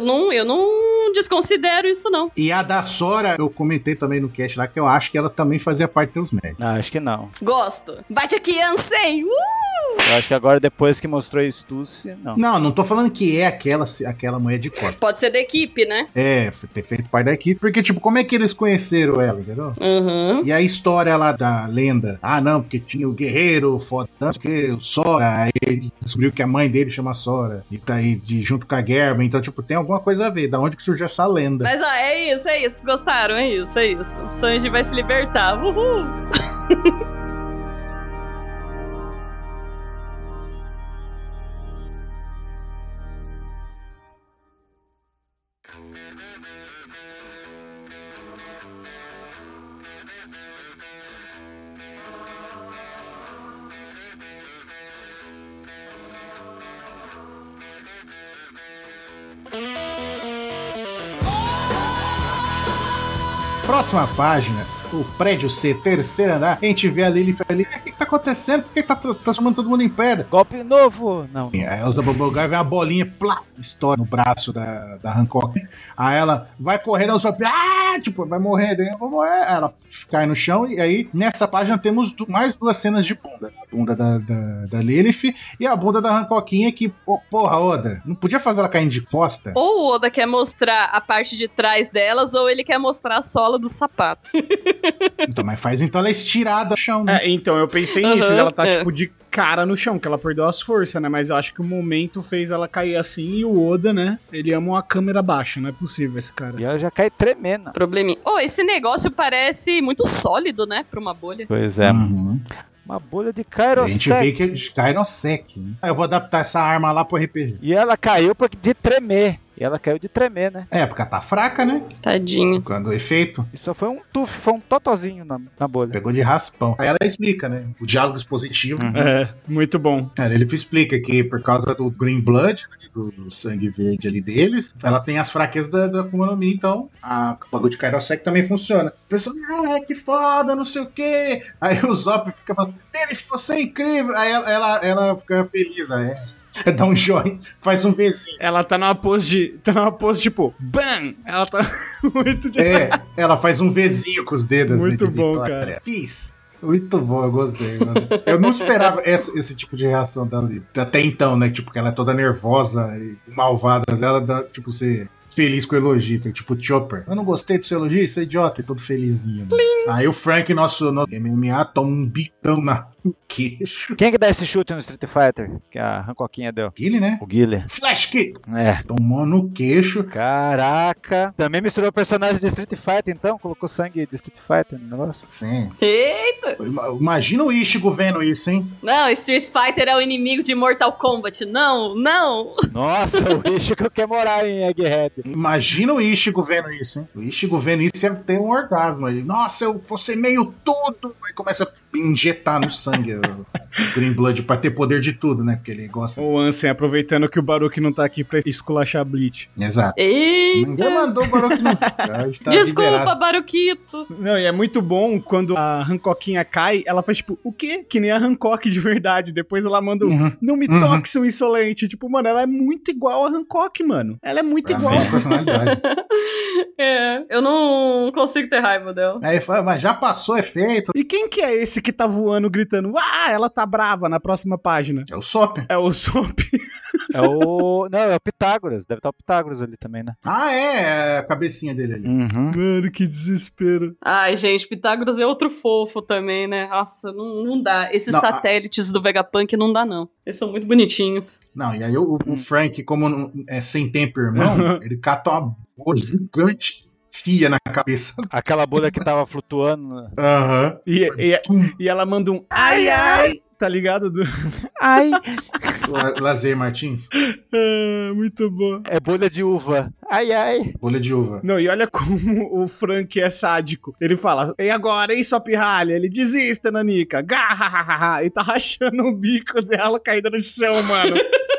não desconsidero isso, não. E a da Sora, eu comentei também no cast lá, que eu acho que ela também fazia parte dos médicos. Não, acho que não. Gosto. Bate aqui, Ansem! Eu acho que agora, depois que mostrou a Stussy, não. Não tô falando que é aquela mulher de costas. Pode ser da equipe, né? É, ter feito parte da equipe. Porque, tipo, como é que eles conheceram ela, entendeu? Uhum. E a história lá da lenda. Ah, não, porque tinha o guerreiro foda, porque o Sora. Aí ele descobriu que a mãe dele chama Sora. E tá aí junto com a Germa. Então, tipo, tem alguma coisa a ver. Da onde que surgiu essa lenda? Mas, ó, é isso. Gostaram, é isso. O Sanji vai se libertar. Uhul! Próxima página, o prédio C, terceiro andar, a gente vê a Lily ali, o que tá acontecendo? Por que tá transformando todo mundo em pedra? Golpe novo! Não. Aí a Elsa Bobogai vê uma bolinha, plá, estoura no braço da Hancock. Aí ela vai correr, não sobe, tipo, vai morrer, daí eu vou morrer. Aí ela cai no chão e aí, nessa página, temos mais 2 cenas de bunda. A bunda da Lilith e a bunda da Hancoquinha que, porra, Oda, não podia fazer ela caindo de costa? Ou o Oda quer mostrar a parte de trás delas, ou ele quer mostrar a sola do sapato. Então, mas faz então ela estirada no chão, né? Então, eu pensei nisso, ela tá tipo de cara no chão, que ela perdeu as forças, né? Mas eu acho que o momento fez ela cair assim e o Oda, né? Ele ama uma câmera baixa, não é possível esse cara. E ela já cai tremendo. Probleminha. Esse negócio parece muito sólido, né? Pra uma bolha. Pois é. Uhum. Uma bolha de A gente vê Kairosek. que é Kairosek, né? Eu vou adaptar essa arma lá pro RPG. E ela caiu de tremer. E ela caiu de tremer, né? É, porque ela tá fraca, né? Tadinho. Quando o efeito, E só foi um tuf, foi um totozinho na bolha. pegou de raspão. Aí ela explica, né? O diálogo expositivo. É, muito bom. Cara, ele explica que por causa do Green Blood, né, do sangue verde ali deles, ela tem as fraquezas da Akuma no Mi, então o bagulho de Kairosek também funciona. O pessoal, que foda, não sei o quê. Aí o Zop fica falando, você é incrível. Aí ela fica feliz, dá um joinha, faz um Vzinho. Ela tá numa pose tipo, BAM! Ela tá muito de... Ela faz um Vzinho com os dedos. Muito de bom, vitória. cara. Fiz. Muito bom, eu gostei. Eu não esperava esse tipo de reação dela ali. Até então, né? Tipo, que ela é toda nervosa e malvada. Ela dá, tipo, ser feliz com o elogio. Tem, tipo, Chopper. Eu não gostei do seu elogio, você é idiota. E todo felizinho. Né? Aí o Frank, nosso MMA, toma um bitão no queixo. Quem que dá esse chute no Street Fighter? Que a Hancoquinha deu? Guile, né? O Guile. Flash Kick! É. Tomou no queixo. Caraca. Também misturou personagens de Street Fighter, então? Colocou sangue de Street Fighter no negócio? Sim. Eita! Imagina o Ichigo vendo isso, hein? Não, Street Fighter é o inimigo de Mortal Kombat. Não, não! Nossa, o Ichigo quer morar em Egghead. Imagina o Ichigo vendo isso, hein? O Ichigo vendo isso ia ter um orgasmo aí. Nossa, eu possei meio tudo. Aí começa a injetar no sangue o Green Blood pra ter poder de tudo, né? Porque ele gosta. O Ansem, aproveitando que o Baruch não tá aqui pra esculachar Bleach. Exato. Eita! Ninguém mandou o Baruch não ficar. A gente tá Desculpa, liberado. Baruquito! Não, e é muito bom quando a Hancoquinha cai, ela faz tipo, o quê? Que nem a Hancock de verdade. Depois ela manda um, não me toque, seu insolente. Tipo, mano, ela é muito igual a Hancock, mano. Ela é muito É a igual. mesma personalidade. Eu não consigo ter raiva dela. Aí fala, mas já passou efeito. E quem que é esse que tá voando, gritando, ela tá brava na próxima página? É o Sop. É o Sop. É o... Não, é o Pitágoras. Deve estar o Pitágoras ali também, né? Ah, é a cabecinha dele ali. Uhum. Mano, que desespero. Ai, gente, Pitágoras é outro fofo também, né? Nossa, não dá. Esses Não, satélites do Vegapunk não dá, não. Eles são muito bonitinhos. Não, e aí o Frank, como é sem tempo irmão, ele cata uma bola gigante, fia na cabeça. Aquela bolha que tava flutuando. Aham. E ela manda um ai, ai, tá ligado? Ai! Lazer Martins. Muito bom. É bolha de uva. Ai, ai. Bolha de uva. Não, e olha como o Frank é sádico. Ele fala, e agora, hein, sua pirralha? Ele desista, Nanica. Gahahaha. E tá rachando o bico dela caída no chão, mano.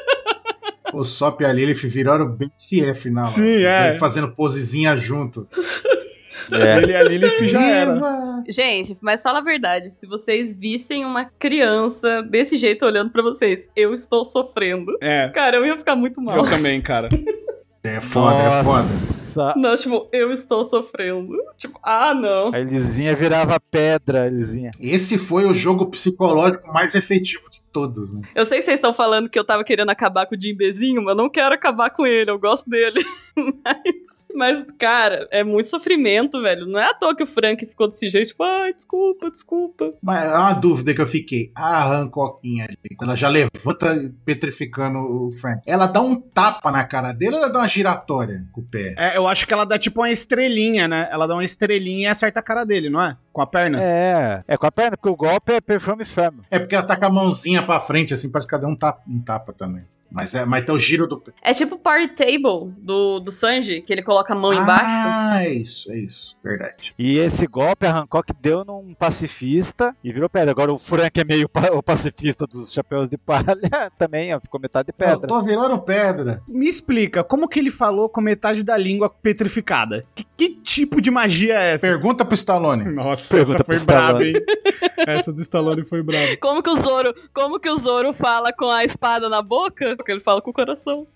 O Sop ali, ele virou o BFF na Sim, é. Fazendo posezinha junto. É. Ele ali, ele já era. Gente, mas fala a verdade. Se vocês vissem uma criança desse jeito olhando pra vocês, eu estou sofrendo. É. Cara, eu ia ficar muito mal. Eu também, cara. É foda, é foda. Nossa. Não, tipo, eu estou sofrendo. Tipo, não. A Elisinha virava pedra, a Elisinha. Esse foi o jogo psicológico mais efetivo de todos, né? Eu sei que vocês estão falando que eu tava querendo acabar com o Jinbezinho, mas eu não quero acabar com ele, eu gosto dele. Mas, cara, é muito sofrimento, velho. Não é à toa que o Frank ficou desse jeito, tipo, ai, desculpa. Mas é uma dúvida que eu fiquei. A Hancoquinha ali, quando ela já levanta petrificando o Frank, ela dá um tapa na cara dele ou ela dá uma giratória com o pé? É, eu acho que ela dá tipo uma estrelinha, né? Ela dá uma estrelinha e acerta a cara dele, não é? Com a perna. É com a perna, porque o golpe é perfume fermo. É porque ela tá com a mãozinha pra frente, assim, parece que ela deu um tapa também. Mas tem o giro do pé. É tipo o party table do Sanji, que ele coloca a mão embaixo. Ah, é isso, verdade. E esse golpe a Hancock deu num pacifista e virou pedra. Agora o Frank é meio o pacifista dos chapéus de palha, também ó, ficou metade de Eu pedra. tô virando pedra. Me explica, como que ele falou com metade da língua petrificada? Que tipo de magia é essa? Pergunta pro Stallone. Nossa, Pergunta essa foi pro braba, Stallone. hein? Essa do Stallone foi braba. Como que o Zoro fala com a espada na boca? Porque ele fala com o coração.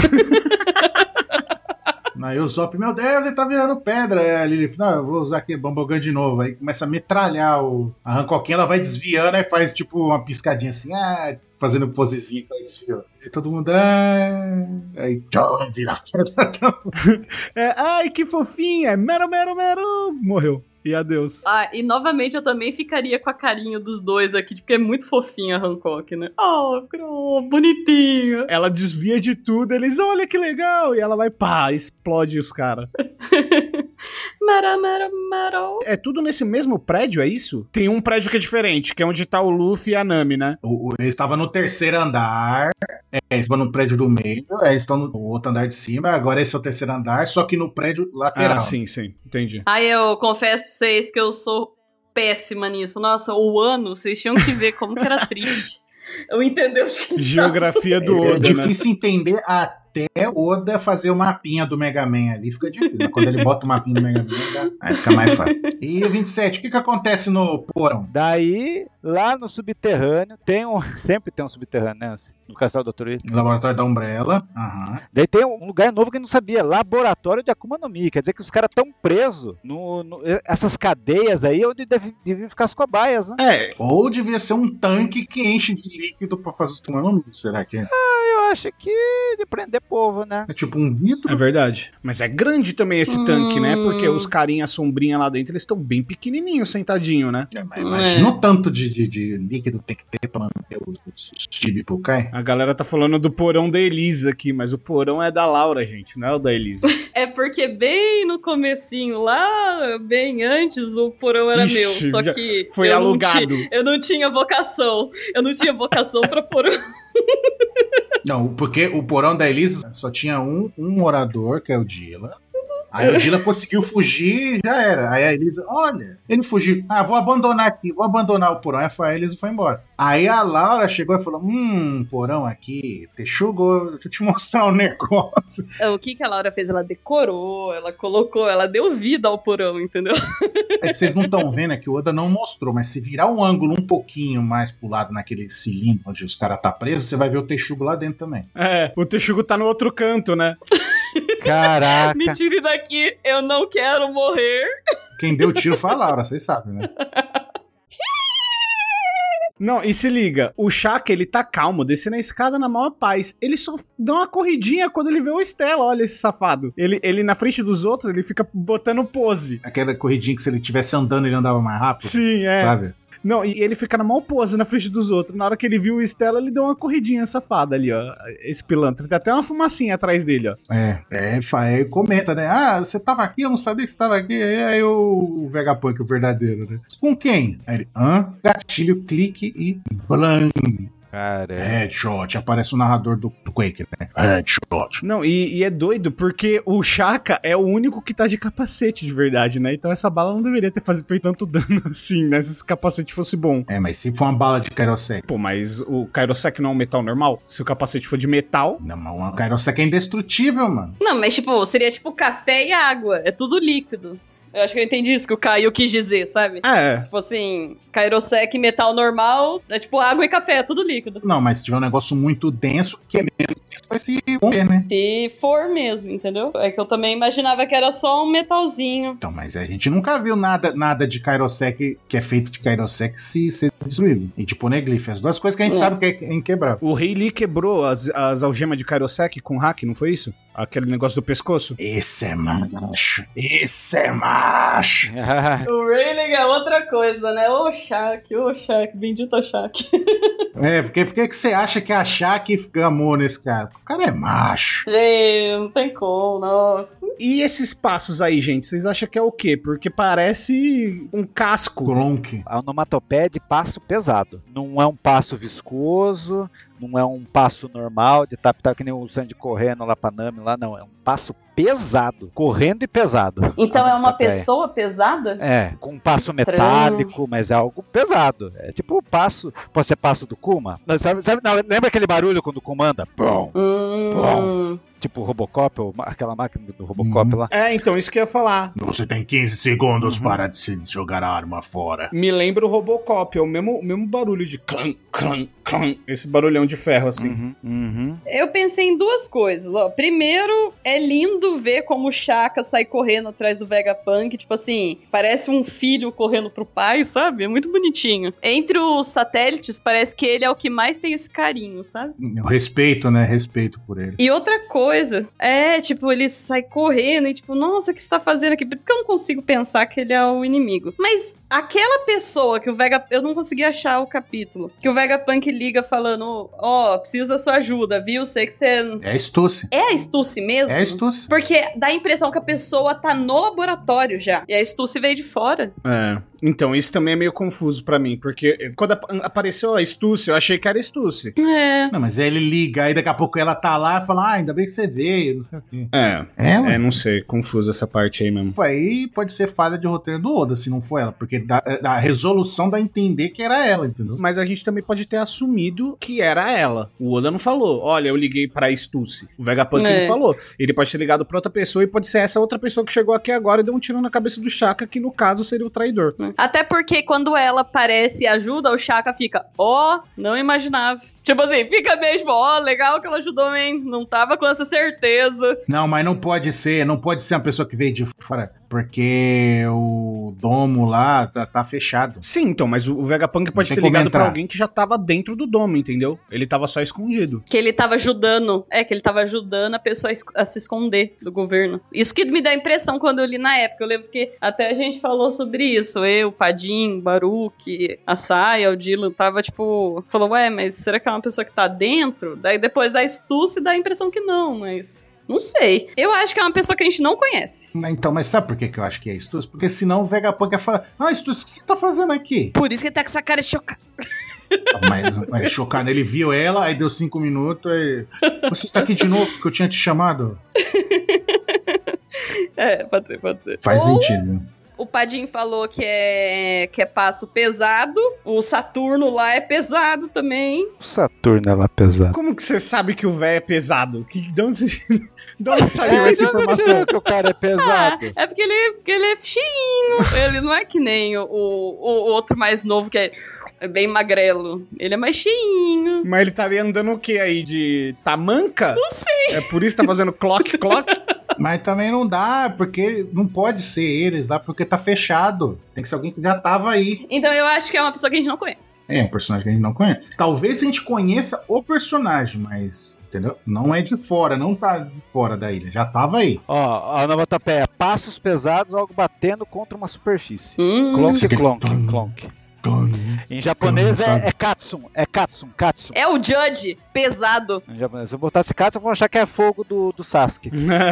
Aí o Zop, meu Deus, ele tá virando pedra. Aí a Lily fala, não, eu vou usar aqui Bumblebee de novo. Aí começa a metralhar a Hancoquinha, ela vai desviando, aí faz tipo uma piscadinha assim, fazendo posezinha que ela desviou. E todo mundo, aí tchau, vira pedra. Ai, que fofinha! Mero, morreu. E adeus. E novamente eu também ficaria com a carinha dos dois aqui, porque é muito fofinha a Hancock, né? Bonitinho. Ela desvia de tudo, eles, olha que legal! E ela vai, explode os caras. Mara. É tudo nesse mesmo prédio, é isso? Tem um prédio que é diferente, que é onde tá o Luffy e a Nami, né? Eles estavam no terceiro andar, eles estavam no prédio do meio, aí eles estão no outro andar de cima, agora esse é o terceiro andar, só que no prédio lateral. Ah, sim, entendi. Aí eu confesso pra vocês que eu sou péssima nisso. Nossa, o ano, vocês tinham que ver como que era triste. Eu entendi o que Geografia do Oda, É difícil entender até o Oda fazer o mapinha do Mega Man ali, fica difícil. Mas quando ele bota o mapinha do Mega Man, aí fica mais fácil. E 27, o que acontece no porão? Daí, lá no subterrâneo, sempre tem um subterrâneo, né? No Castelo do Dr. Ichi. Laboratório da Umbrella. Aham. Daí tem um lugar novo que eu não sabia, Laboratório de Akuma no Mi. Quer dizer que os caras estão presos essas cadeias aí onde deviam ficar as cobaias, né? Ou devia ser um tanque que enche de líquido pra fazer o comando. Será que é? Eu acho que de prender povo, né? É tipo um vidro? É verdade. Mas é grande também esse tanque, né? Porque os carinhas sombrinha lá dentro, eles estão bem pequenininhos, sentadinho, né? Mas imagina o tanto de líquido tem que ter pra manter os chibi pro Kai. A galera tá falando do porão da Elisa aqui, mas o porão é da Laura, gente, não é o da Elisa. É porque bem no comecinho, lá bem antes, o porão era Ixi, meu. Só que foi alugado. Eu não tinha vocação. Eu não tinha vocação pra porão. Não, porque o porão da Elisa só tinha um morador, que é o Dila. Aí o Dila conseguiu fugir e já era. Aí a Elisa, olha, ele fugiu. Ah, vou abandonar aqui, vou abandonar o porão. Aí a Elisa foi embora. Aí a Laura chegou e falou, porão aqui, Texugo, deixa eu te mostrar um negócio. O que a Laura fez? Ela decorou, ela colocou, ela deu vida ao porão, entendeu? É que vocês não estão vendo, é que o Oda não mostrou, mas se virar um ângulo um pouquinho mais pro lado naquele cilindro onde os caras tá presos, você vai ver o Texugo lá dentro também. O Texugo tá no outro canto, né? Caraca. Me tire daqui, eu não quero morrer. Quem deu o tiro foi a Laura, vocês sabem, né? Não, e se liga, o Shaka, ele tá calmo, descendo a escada na maior paz. Ele só dá uma corridinha quando ele vê o Stella, olha esse safado. Ele na frente dos outros, ele fica botando pose. Aquela corridinha que se ele estivesse andando, ele andava mais rápido. Sim, é. Sabe? Não, e ele fica na maior pose na frente dos outros. Na hora que ele viu o Stella, ele deu uma corridinha safada ali, ó. Esse pilantra. Tem até uma fumacinha atrás dele, ó. Aí comenta, né? Ah, você tava aqui, eu não sabia que você tava aqui. Aí o Vegapunk, o verdadeiro, né? Com quem? Aí ele, gatilho, clique e blam. Cara, Headshot, aparece o narrador do Quake, né? Headshot. Não, e é doido, porque o Shaka é o único que tá de capacete de verdade, né? Então essa bala não deveria ter feito tanto dano assim, né? Se esse capacete fosse bom. Mas se for uma bala de Kairosek. Pô, mas o Kairosek não é um metal normal? Se o capacete for de metal... Não, mas o Kairosek é indestrutível, mano. Não, mas seria tipo café e água. É tudo líquido. Eu acho que eu entendi isso que o Caio quis dizer, sabe? Tipo assim, Kairosek metal normal, é tipo água e café, é tudo líquido. Não, mas se tiver um negócio muito denso, que é menos denso, vai se romper, né? Se for mesmo, entendeu? É que eu também imaginava que era só um metalzinho. Então, mas a gente nunca viu nada de Kairosek, que é feito de Kairosek, se ser destruído. E de Poneglyph, as duas coisas que a gente sabe que é inquebrável. O Rei Lee quebrou as algemas de Kairosek com hack, não foi isso? Aquele negócio do pescoço? Esse é macho. O Rayleigh é outra coisa, né? Ô Shaq, bendito Shaq. Por que você acha que a Shaq gamou nesse cara? O cara é macho. Gente, não tem como, nossa. E esses passos aí, gente, vocês acham que é o quê? Porque parece um casco. Gronk. A onomatopeia é de passo pesado. Não é um passo viscoso, não é um passo normal de tap que nem o Sandy correndo lá pra Nami, lá não. É um passo pesado, correndo e pesado. Então é uma pessoa pesada? Com um passo Estranho. metálico, mas é algo pesado. É tipo o passo, pode ser passo do Kuma? Não, lembra aquele barulho quando o Kuma anda? Pum, pum. Tipo o Robocop, ou aquela máquina do Robocop lá. Então, isso que eu ia falar. Você tem 15 segundos para se jogar a arma fora. Me lembra o Robocop, é o mesmo barulho de clã, clã, clã. Esse barulhão de ferro, assim. Eu pensei em duas coisas, ó. Primeiro, é lindo ver como o Shaka sai correndo atrás do Vegapunk, tipo assim, parece um filho correndo pro pai, sabe? É muito bonitinho. Entre os satélites, parece que ele é o que mais tem esse carinho, sabe? Respeito, né? Respeito por ele. E outra coisa, tipo, ele sai correndo e tipo, nossa, o que você tá fazendo aqui? Por isso que eu não consigo pensar que ele é o inimigo. Mas aquela pessoa que o Vegapunk... Eu não consegui achar o capítulo. Que o Vegapunk liga falando, preciso da sua ajuda, viu? Sei que você... É a Stussy. É a Stussy mesmo? É a Stussy. Porque dá a impressão que a pessoa tá no laboratório já. E a Stussy veio de fora. Então, isso também é meio confuso pra mim, porque quando apareceu a Stussy, eu achei que era Stussy. Não, mas aí ele liga, aí daqui a pouco ela tá lá e fala, ainda bem que você veio, não sei o quê. Ela? Não sei, confuso essa parte aí mesmo. Aí pode ser falha de roteiro do Oda, se não for ela, porque a resolução dá a entender que era ela, entendeu? Mas a gente também pode ter assumido que era ela. O Oda não falou, olha, eu liguei pra Stussy. O Vegapunk não falou. Ele pode ter ligado pra outra pessoa e pode ser essa outra pessoa que chegou aqui agora e deu um tiro na cabeça do Shaka, que no caso seria o traidor. Até porque quando ela aparece e ajuda, o Shaka fica, não imaginava. Tipo assim, fica mesmo, legal que ela ajudou, hein? Não tava com essa certeza. Não, mas não pode ser uma pessoa que veio de fora, porque o domo lá tá fechado. Sim, então, mas o Vegapunk pode ter ligado pra alguém que já tava dentro do domo, entendeu? Ele tava só escondido. Que ele tava ajudando, que ele tava ajudando a pessoa a se esconder do governo. Isso que me dá a impressão quando eu li na época. Eu lembro que até a gente falou sobre isso. Eu, Padim, Baruch, a Saya, o Dylan, tava tipo... Falou, mas será que é uma pessoa que tá dentro? Daí depois da Stussy dá a impressão que não, mas... Não sei. Eu acho que é uma pessoa que a gente não conhece. Então, mas sabe por que eu acho que é Stussy? Porque senão o Vegapunk ia falar, Stussy, o que você tá fazendo aqui? Por isso que ele tá com essa cara de chocado. Mas chocado, ele viu ela, aí deu 5 minutos, aí... Você está aqui de novo, que eu tinha te chamado? Pode ser. Faz sentido. O Padim falou que é passo pesado. O Saturno lá é pesado também. O Saturno é lá pesado. Como que você sabe que o véio é pesado? De onde saiu essa informação? Que o cara é pesado. É porque ele é cheinho. Ele não é que nem o outro mais novo, que é bem magrelo. Ele é mais cheinho. Mas ele tá andando o quê aí? De tamanca? Não sei. É por isso que tá fazendo clock? Mas também não dá, porque não pode ser eles lá, porque tá fechado. Tem que ser alguém que já tava aí. Então eu acho que é uma pessoa que a gente não conhece. É, um personagem que a gente não conhece. Talvez a gente conheça o personagem, mas... Entendeu? Não é de fora, não tá de fora da ilha. Já tava aí. A nova tapeia. Passos pesados, algo batendo contra uma superfície. Clonk. Em japonês é Katsun. É Katsun. É o Judge pesado. Em japonês. Se eu botar esse Katsun, vão achar que é fogo do Sasuke.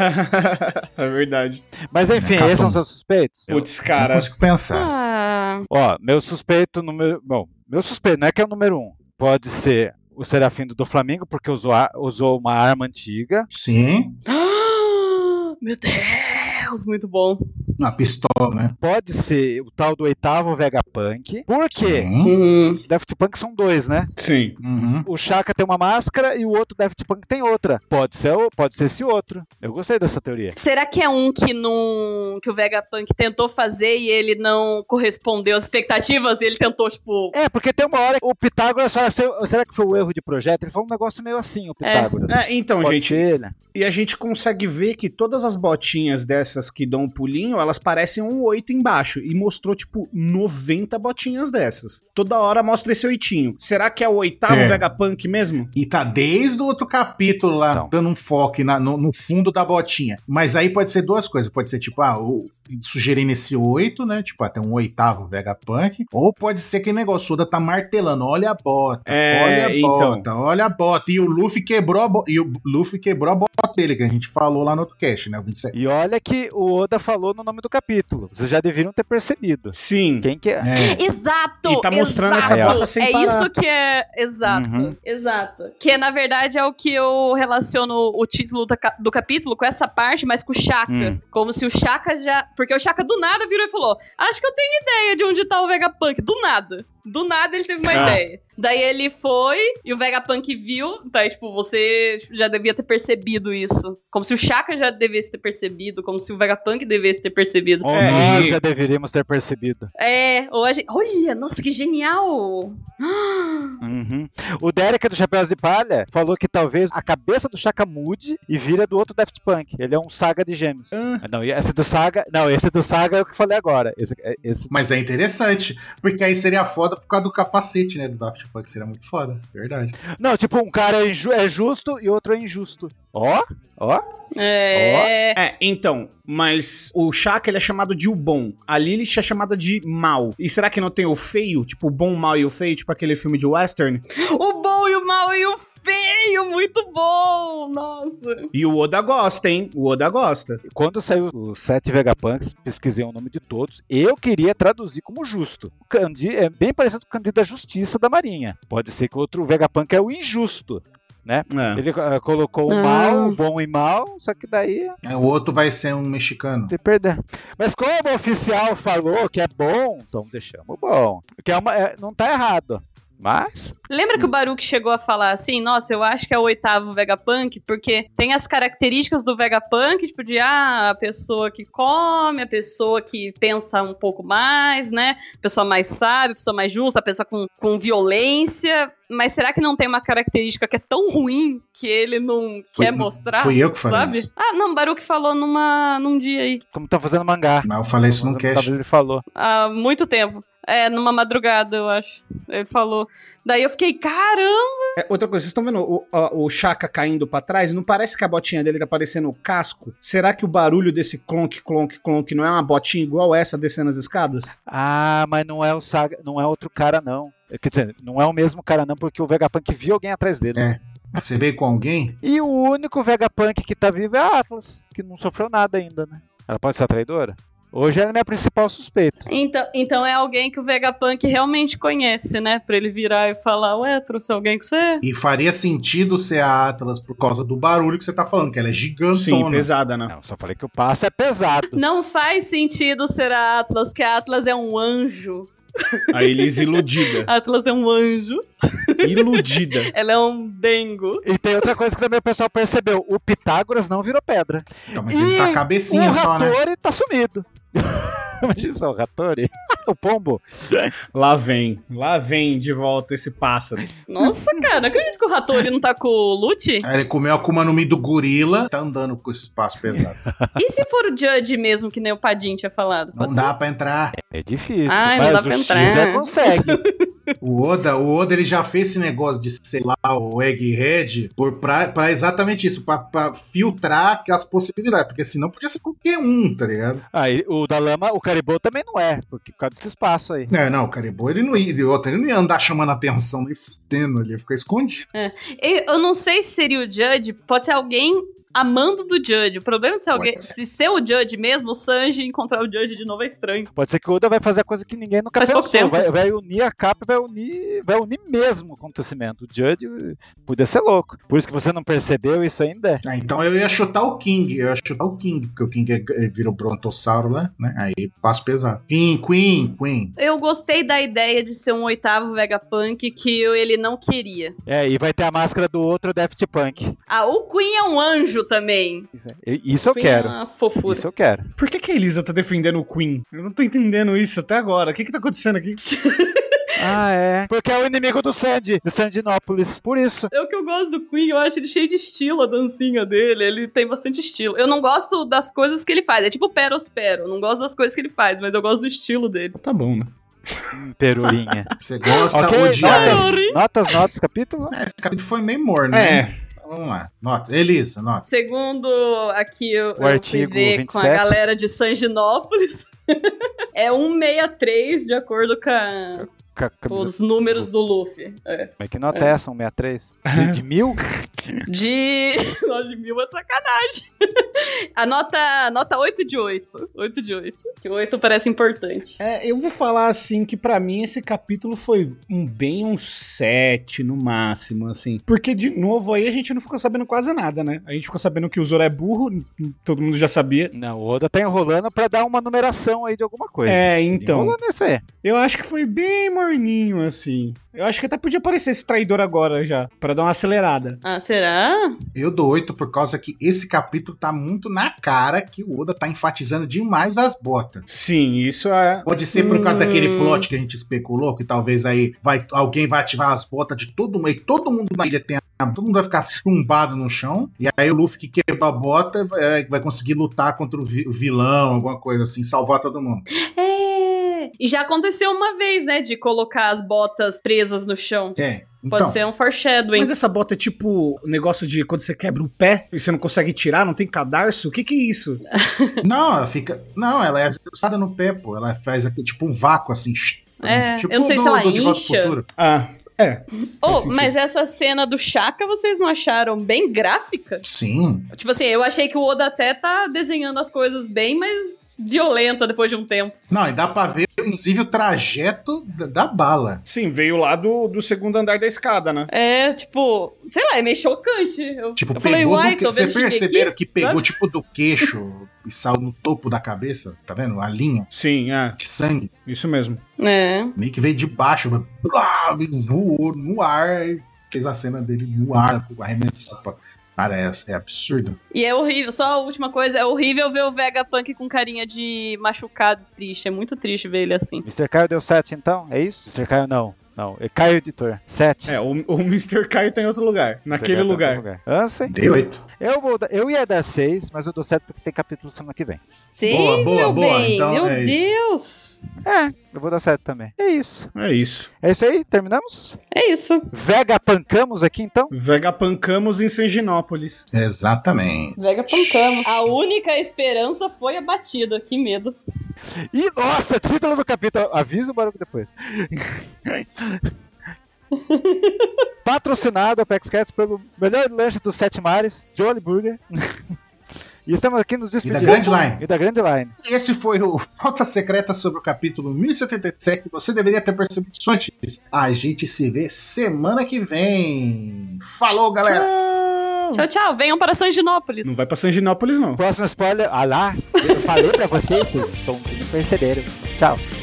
É verdade. Mas enfim, esses são seus suspeitos? Putz, cara. Não consigo pensar. Meu suspeito número... Bom, meu suspeito não é que é o número 1. Pode ser o Serafim do Flamengo, porque usou uma arma antiga. Sim. Meu Deus, muito bom. Uma pistola, né? Pode ser o tal do 8º Vegapunk. Por quê? Daft Punk são 2, né? Sim. O Shaka tem uma máscara e o outro Daft Punk tem outra. Pode ser esse outro. Eu gostei dessa teoria. Será que é um que o Vegapunk tentou fazer e ele não correspondeu às expectativas e ele tentou, tipo... Porque tem uma hora que o Pitágoras fala, será que foi o erro de projeto? Ele falou um negócio meio assim, o Pitágoras. Então, pode gente... ser, né? E a gente consegue ver que todas as botinhas dessas que dão um pulinho, elas parecem um 8 embaixo. E mostrou, tipo, 90 botinhas dessas. Toda hora mostra esse 8. Será que é o 8º Vegapunk mesmo? E tá desde o outro capítulo lá, Então. dando um foco no fundo da botinha. Mas aí pode ser duas coisas. Pode ser, tipo, sugerindo esse 8, né? Tipo, até um 8º Vegapunk. Ou pode ser que o negócio, o Oda tá martelando. Olha a bota, olha a bota. E o Luffy quebrou a bota dele, que a gente falou lá no outro cast, né? O 27. E olha que o Oda falou no nome do capítulo. Vocês já deveriam ter percebido. Sim. Quem que é? Exato! E tá mostrando essa bota sem parar. Isso que é... Exato. Que, na verdade, é o que eu relaciono o título do capítulo com essa parte, mas com o Shaka. Como se o Shaka já... Porque o Shaka do nada virou e falou, acho que eu tenho ideia de onde tá o Vegapunk. Do nada. Do nada ele teve uma ideia. Daí ele foi e o Vegapunk viu. Daí, tipo, você já devia ter percebido isso. Como se o Shaka já devesse ter percebido. Como se o Vegapunk devesse ter percebido. Nós já deveríamos ter percebido. Ou a gente... Olha, nossa, que genial! O Derek do Chapéus de Palha falou que talvez a cabeça do Shaka mude e vira do outro Daft Punk. Ele é um Saga de gêmeos. Não, esse do Saga é o que eu falei agora. Esse... Mas é interessante, porque aí seria foda foda por causa do capacete, né, do Daft Punk, seria muito foda, verdade. Não, tipo, um cara é justo e outro é injusto. Ó. Então, mas o Shaka, ele é chamado de o bom. A Lilith é chamada de mal. E será que não tem o feio? Tipo, o bom, o mal e o feio? Tipo aquele filme de western? O bom e o mal e o feio, muito bom! Nossa. E o Oda gosta, hein? O Oda gosta. Quando saiu os 7 Vegapunks, pesquisei o nome de todos. Eu queria traduzir como justo. O Kandi é bem parecido com o Kandi da Justiça da Marinha. Pode ser que o outro Vegapunk é o injusto, né? Ele colocou o mal, o bom e mal, só que daí... O outro vai ser um mexicano. Se perder. Mas como o oficial falou que é bom, então deixamos bom. Porque não tá errado. Mas... Lembra que o Baruch chegou a falar assim, nossa, eu acho que é o 8º Vegapunk, porque tem as características do Vegapunk, tipo de, a pessoa que come, a pessoa que pensa um pouco mais, né? A pessoa mais sábia, a pessoa mais justa, a pessoa com violência. Mas será que não tem uma característica que é tão ruim que ele não quer mostrar? Fui eu que falei, sabe? Isso. Não, o Baruch falou num dia aí. Como tá fazendo mangá. Mas eu falei isso num cast. Talvez ele falou. Há muito tempo. Numa madrugada, eu acho. Ele falou. Daí eu fiquei, caramba! Outra coisa, vocês estão vendo o Shaka caindo pra trás? Não parece que a botinha dele tá parecendo o casco? Será que o barulho desse clonk, clonk, clonk não é uma botinha igual essa descendo as escadas? Mas não é o Saga, não é outro cara, não. Quer dizer, não é o mesmo cara, não, porque o Vegapunk viu alguém atrás dele. Você veio com alguém? E o único Vegapunk que tá vivo é a Atlas, que não sofreu nada ainda, né? Ela pode ser a traidora? Hoje ela é a minha principal suspeita. Então é alguém que o Vegapunk realmente conhece, né? Pra ele virar e falar, trouxe alguém que você... E faria sentido ser a Atlas por causa do barulho que você tá falando, que ela é gigantona. Sim, pesada, né? Não, só falei que o passo é pesado. Não faz sentido ser a Atlas, porque a Atlas é um anjo. A Elise iludida. A Atlas é um anjo. Iludida. Ela é um dengo. E tem outra coisa que também o pessoal percebeu. O Pitágoras não virou pedra. Então, mas ele tá a cabecinha só, né? O Hattori tá sumido. Imagina só, o Hattori. O pombo. Lá vem de volta esse pássaro. Nossa, cara, não acredito que o Hattori não tá com o Lute. Ele comeu a Akuma no Mi do gorila, tá andando com esse espaço pesado. E se for o Judge mesmo, que nem o Padim tinha falado? Não dá pra entrar. É difícil. Ai, não dá pra entrar. Consegue. O Oda, ele já fez esse negócio de selar o Egghead pra exatamente isso, pra filtrar aquelas possibilidades, porque senão podia ser qualquer um, tá ligado? O da lama, o Caribou também não é, porque por causa desse espaço aí. Não, o Caribou ele não ia andar chamando atenção, nem fudendo, ele ia ficar escondido. Eu não sei se seria o Judge, pode ser alguém amando do Judge. O problema de ser alguém, se ser o Judge mesmo, o Sanji encontrar o Judge de novo é estranho. Pode ser que o Oda vai fazer a coisa que ninguém nunca pensou. Vai unir a capa e vai unir mesmo o acontecimento. O Judge podia ser louco. Por isso que você não percebeu isso ainda. Então eu ia chutar o King. Porque o King virou brontossauro, né? Aí passo pesado. Queen. Eu gostei da ideia de ser um 8º Vegapunk que ele não queria. E vai ter a máscara do outro Daft Punk. O Queen é um anjo também. Isso eu quero. É uma fofura. Isso eu quero. Por que a Elisa tá defendendo o Queen? Eu não tô entendendo isso até agora. O que tá acontecendo aqui? Porque é o inimigo do Sandy, de Sandinópolis. Por isso. É o que eu gosto do Queen, eu acho ele cheio de estilo, a dancinha dele. Ele tem bastante estilo. Eu não gosto das coisas que ele faz. É tipo Perospero. Eu não gosto das coisas que ele faz, mas eu gosto do estilo dele. Tá bom, né? Perurinha. Você gosta de... Notas, capítulo? Esse capítulo foi meio morno, né? Vamos lá. Elisa, nota. Segundo aqui eu artigo fui ver 27. com a galera de Sanginópolis, é 163 de acordo com os números do Luffy. Mas que nota é essa? 163? De 1000? De 1000 é sacanagem. A nota 8 de 8. 8 de 8. Que 8 parece importante. Eu vou falar assim que pra mim esse capítulo foi um 7 no máximo, assim. Porque de novo aí a gente não ficou sabendo quase nada, né? A gente ficou sabendo que o Zoro é burro, todo mundo já sabia. Não, o Oda tá enrolando pra dar uma numeração aí de alguma coisa. Então. Enrolando esse aí. Eu acho que foi bem morninho, assim. Eu acho que até podia aparecer esse traidor agora já, pra dar uma acelerada. Será? Eu dou 8 por causa que esse capítulo tá muito na cara que o Oda tá enfatizando demais as botas. Sim, isso é... Pode ser por causa daquele plot que a gente especulou, que talvez aí alguém vai ativar as botas de todo mundo, e todo mundo na ilha todo mundo vai ficar chumbado no chão, e aí o Luffy que quebra a bota vai conseguir lutar contra o vilão, alguma coisa assim, salvar todo mundo. E já aconteceu uma vez, né, de colocar as botas presas no chão. Então, Pode ser um foreshadowing. Mas essa bota é tipo o negócio de quando você quebra o pé e você não consegue tirar, não tem cadarço? O que é isso? Não, ela fica. Não, ela é ajustada no pé, pô. Ela faz aqui, tipo um vácuo assim. Tipo eu não sei se ela De Volta pro incha. Futuro. Mas essa cena do Shaka, vocês não acharam bem gráfica? Sim. Tipo assim, eu achei que o Oda até tá desenhando as coisas bem, mas violenta depois de um tempo. Não, e dá pra ver, inclusive, o trajeto da bala. Sim, veio lá do segundo andar da escada, né? Tipo, sei lá, é meio chocante. Eu falei, Pegou uai, do que... tô Você vendo perceberam que pegou, sabe? tipo, do queixo e saiu no topo da cabeça? Tá vendo? A linha Sim, de sangue. isso mesmo. Meio que veio de baixo, mas voou no ar e fez a cena dele no ar, arremessando. Cara, é absurdo. E é horrível, só a última coisa, é horrível ver o Vegapunk com carinha de machucado triste. É muito triste ver ele assim. Mr. Caio deu 7 então? É isso? Mr. Caio não. Não, é Caio Editor. 7. O Mr. Caio tá em outro lugar. Naquele lugar. Ansem? Dei 8. Eu ia dar 6, mas eu dou 7 porque tem capítulo semana que vem. 6, boa, meu bem. então Meu é Deus. Eu vou dar 7 também. É isso. É isso. É isso aí? Terminamos? É isso. Vegapancamos aqui então? Vegapancamos em Serginópolis. Exatamente. Vegapancamos. A única esperança foi abatida. Que medo. E nossa, título do capítulo. Avisa o barulho depois. Patrocinado a Apex Cats pelo melhor lanche dos 7 mares, Jolly Burger. E estamos aqui nos despedindo. E da Grand Line. Esse foi o Pauta Secreta sobre o capítulo 1077. Você deveria ter percebido isso antes. A gente se vê semana que vem. Falou, galera! Tchau, tchau. Venham para Serginópolis. Não vai pra Serginópolis, não. Próximo spoiler. Ah lá, eu falei pra vocês não perceberam. Tchau.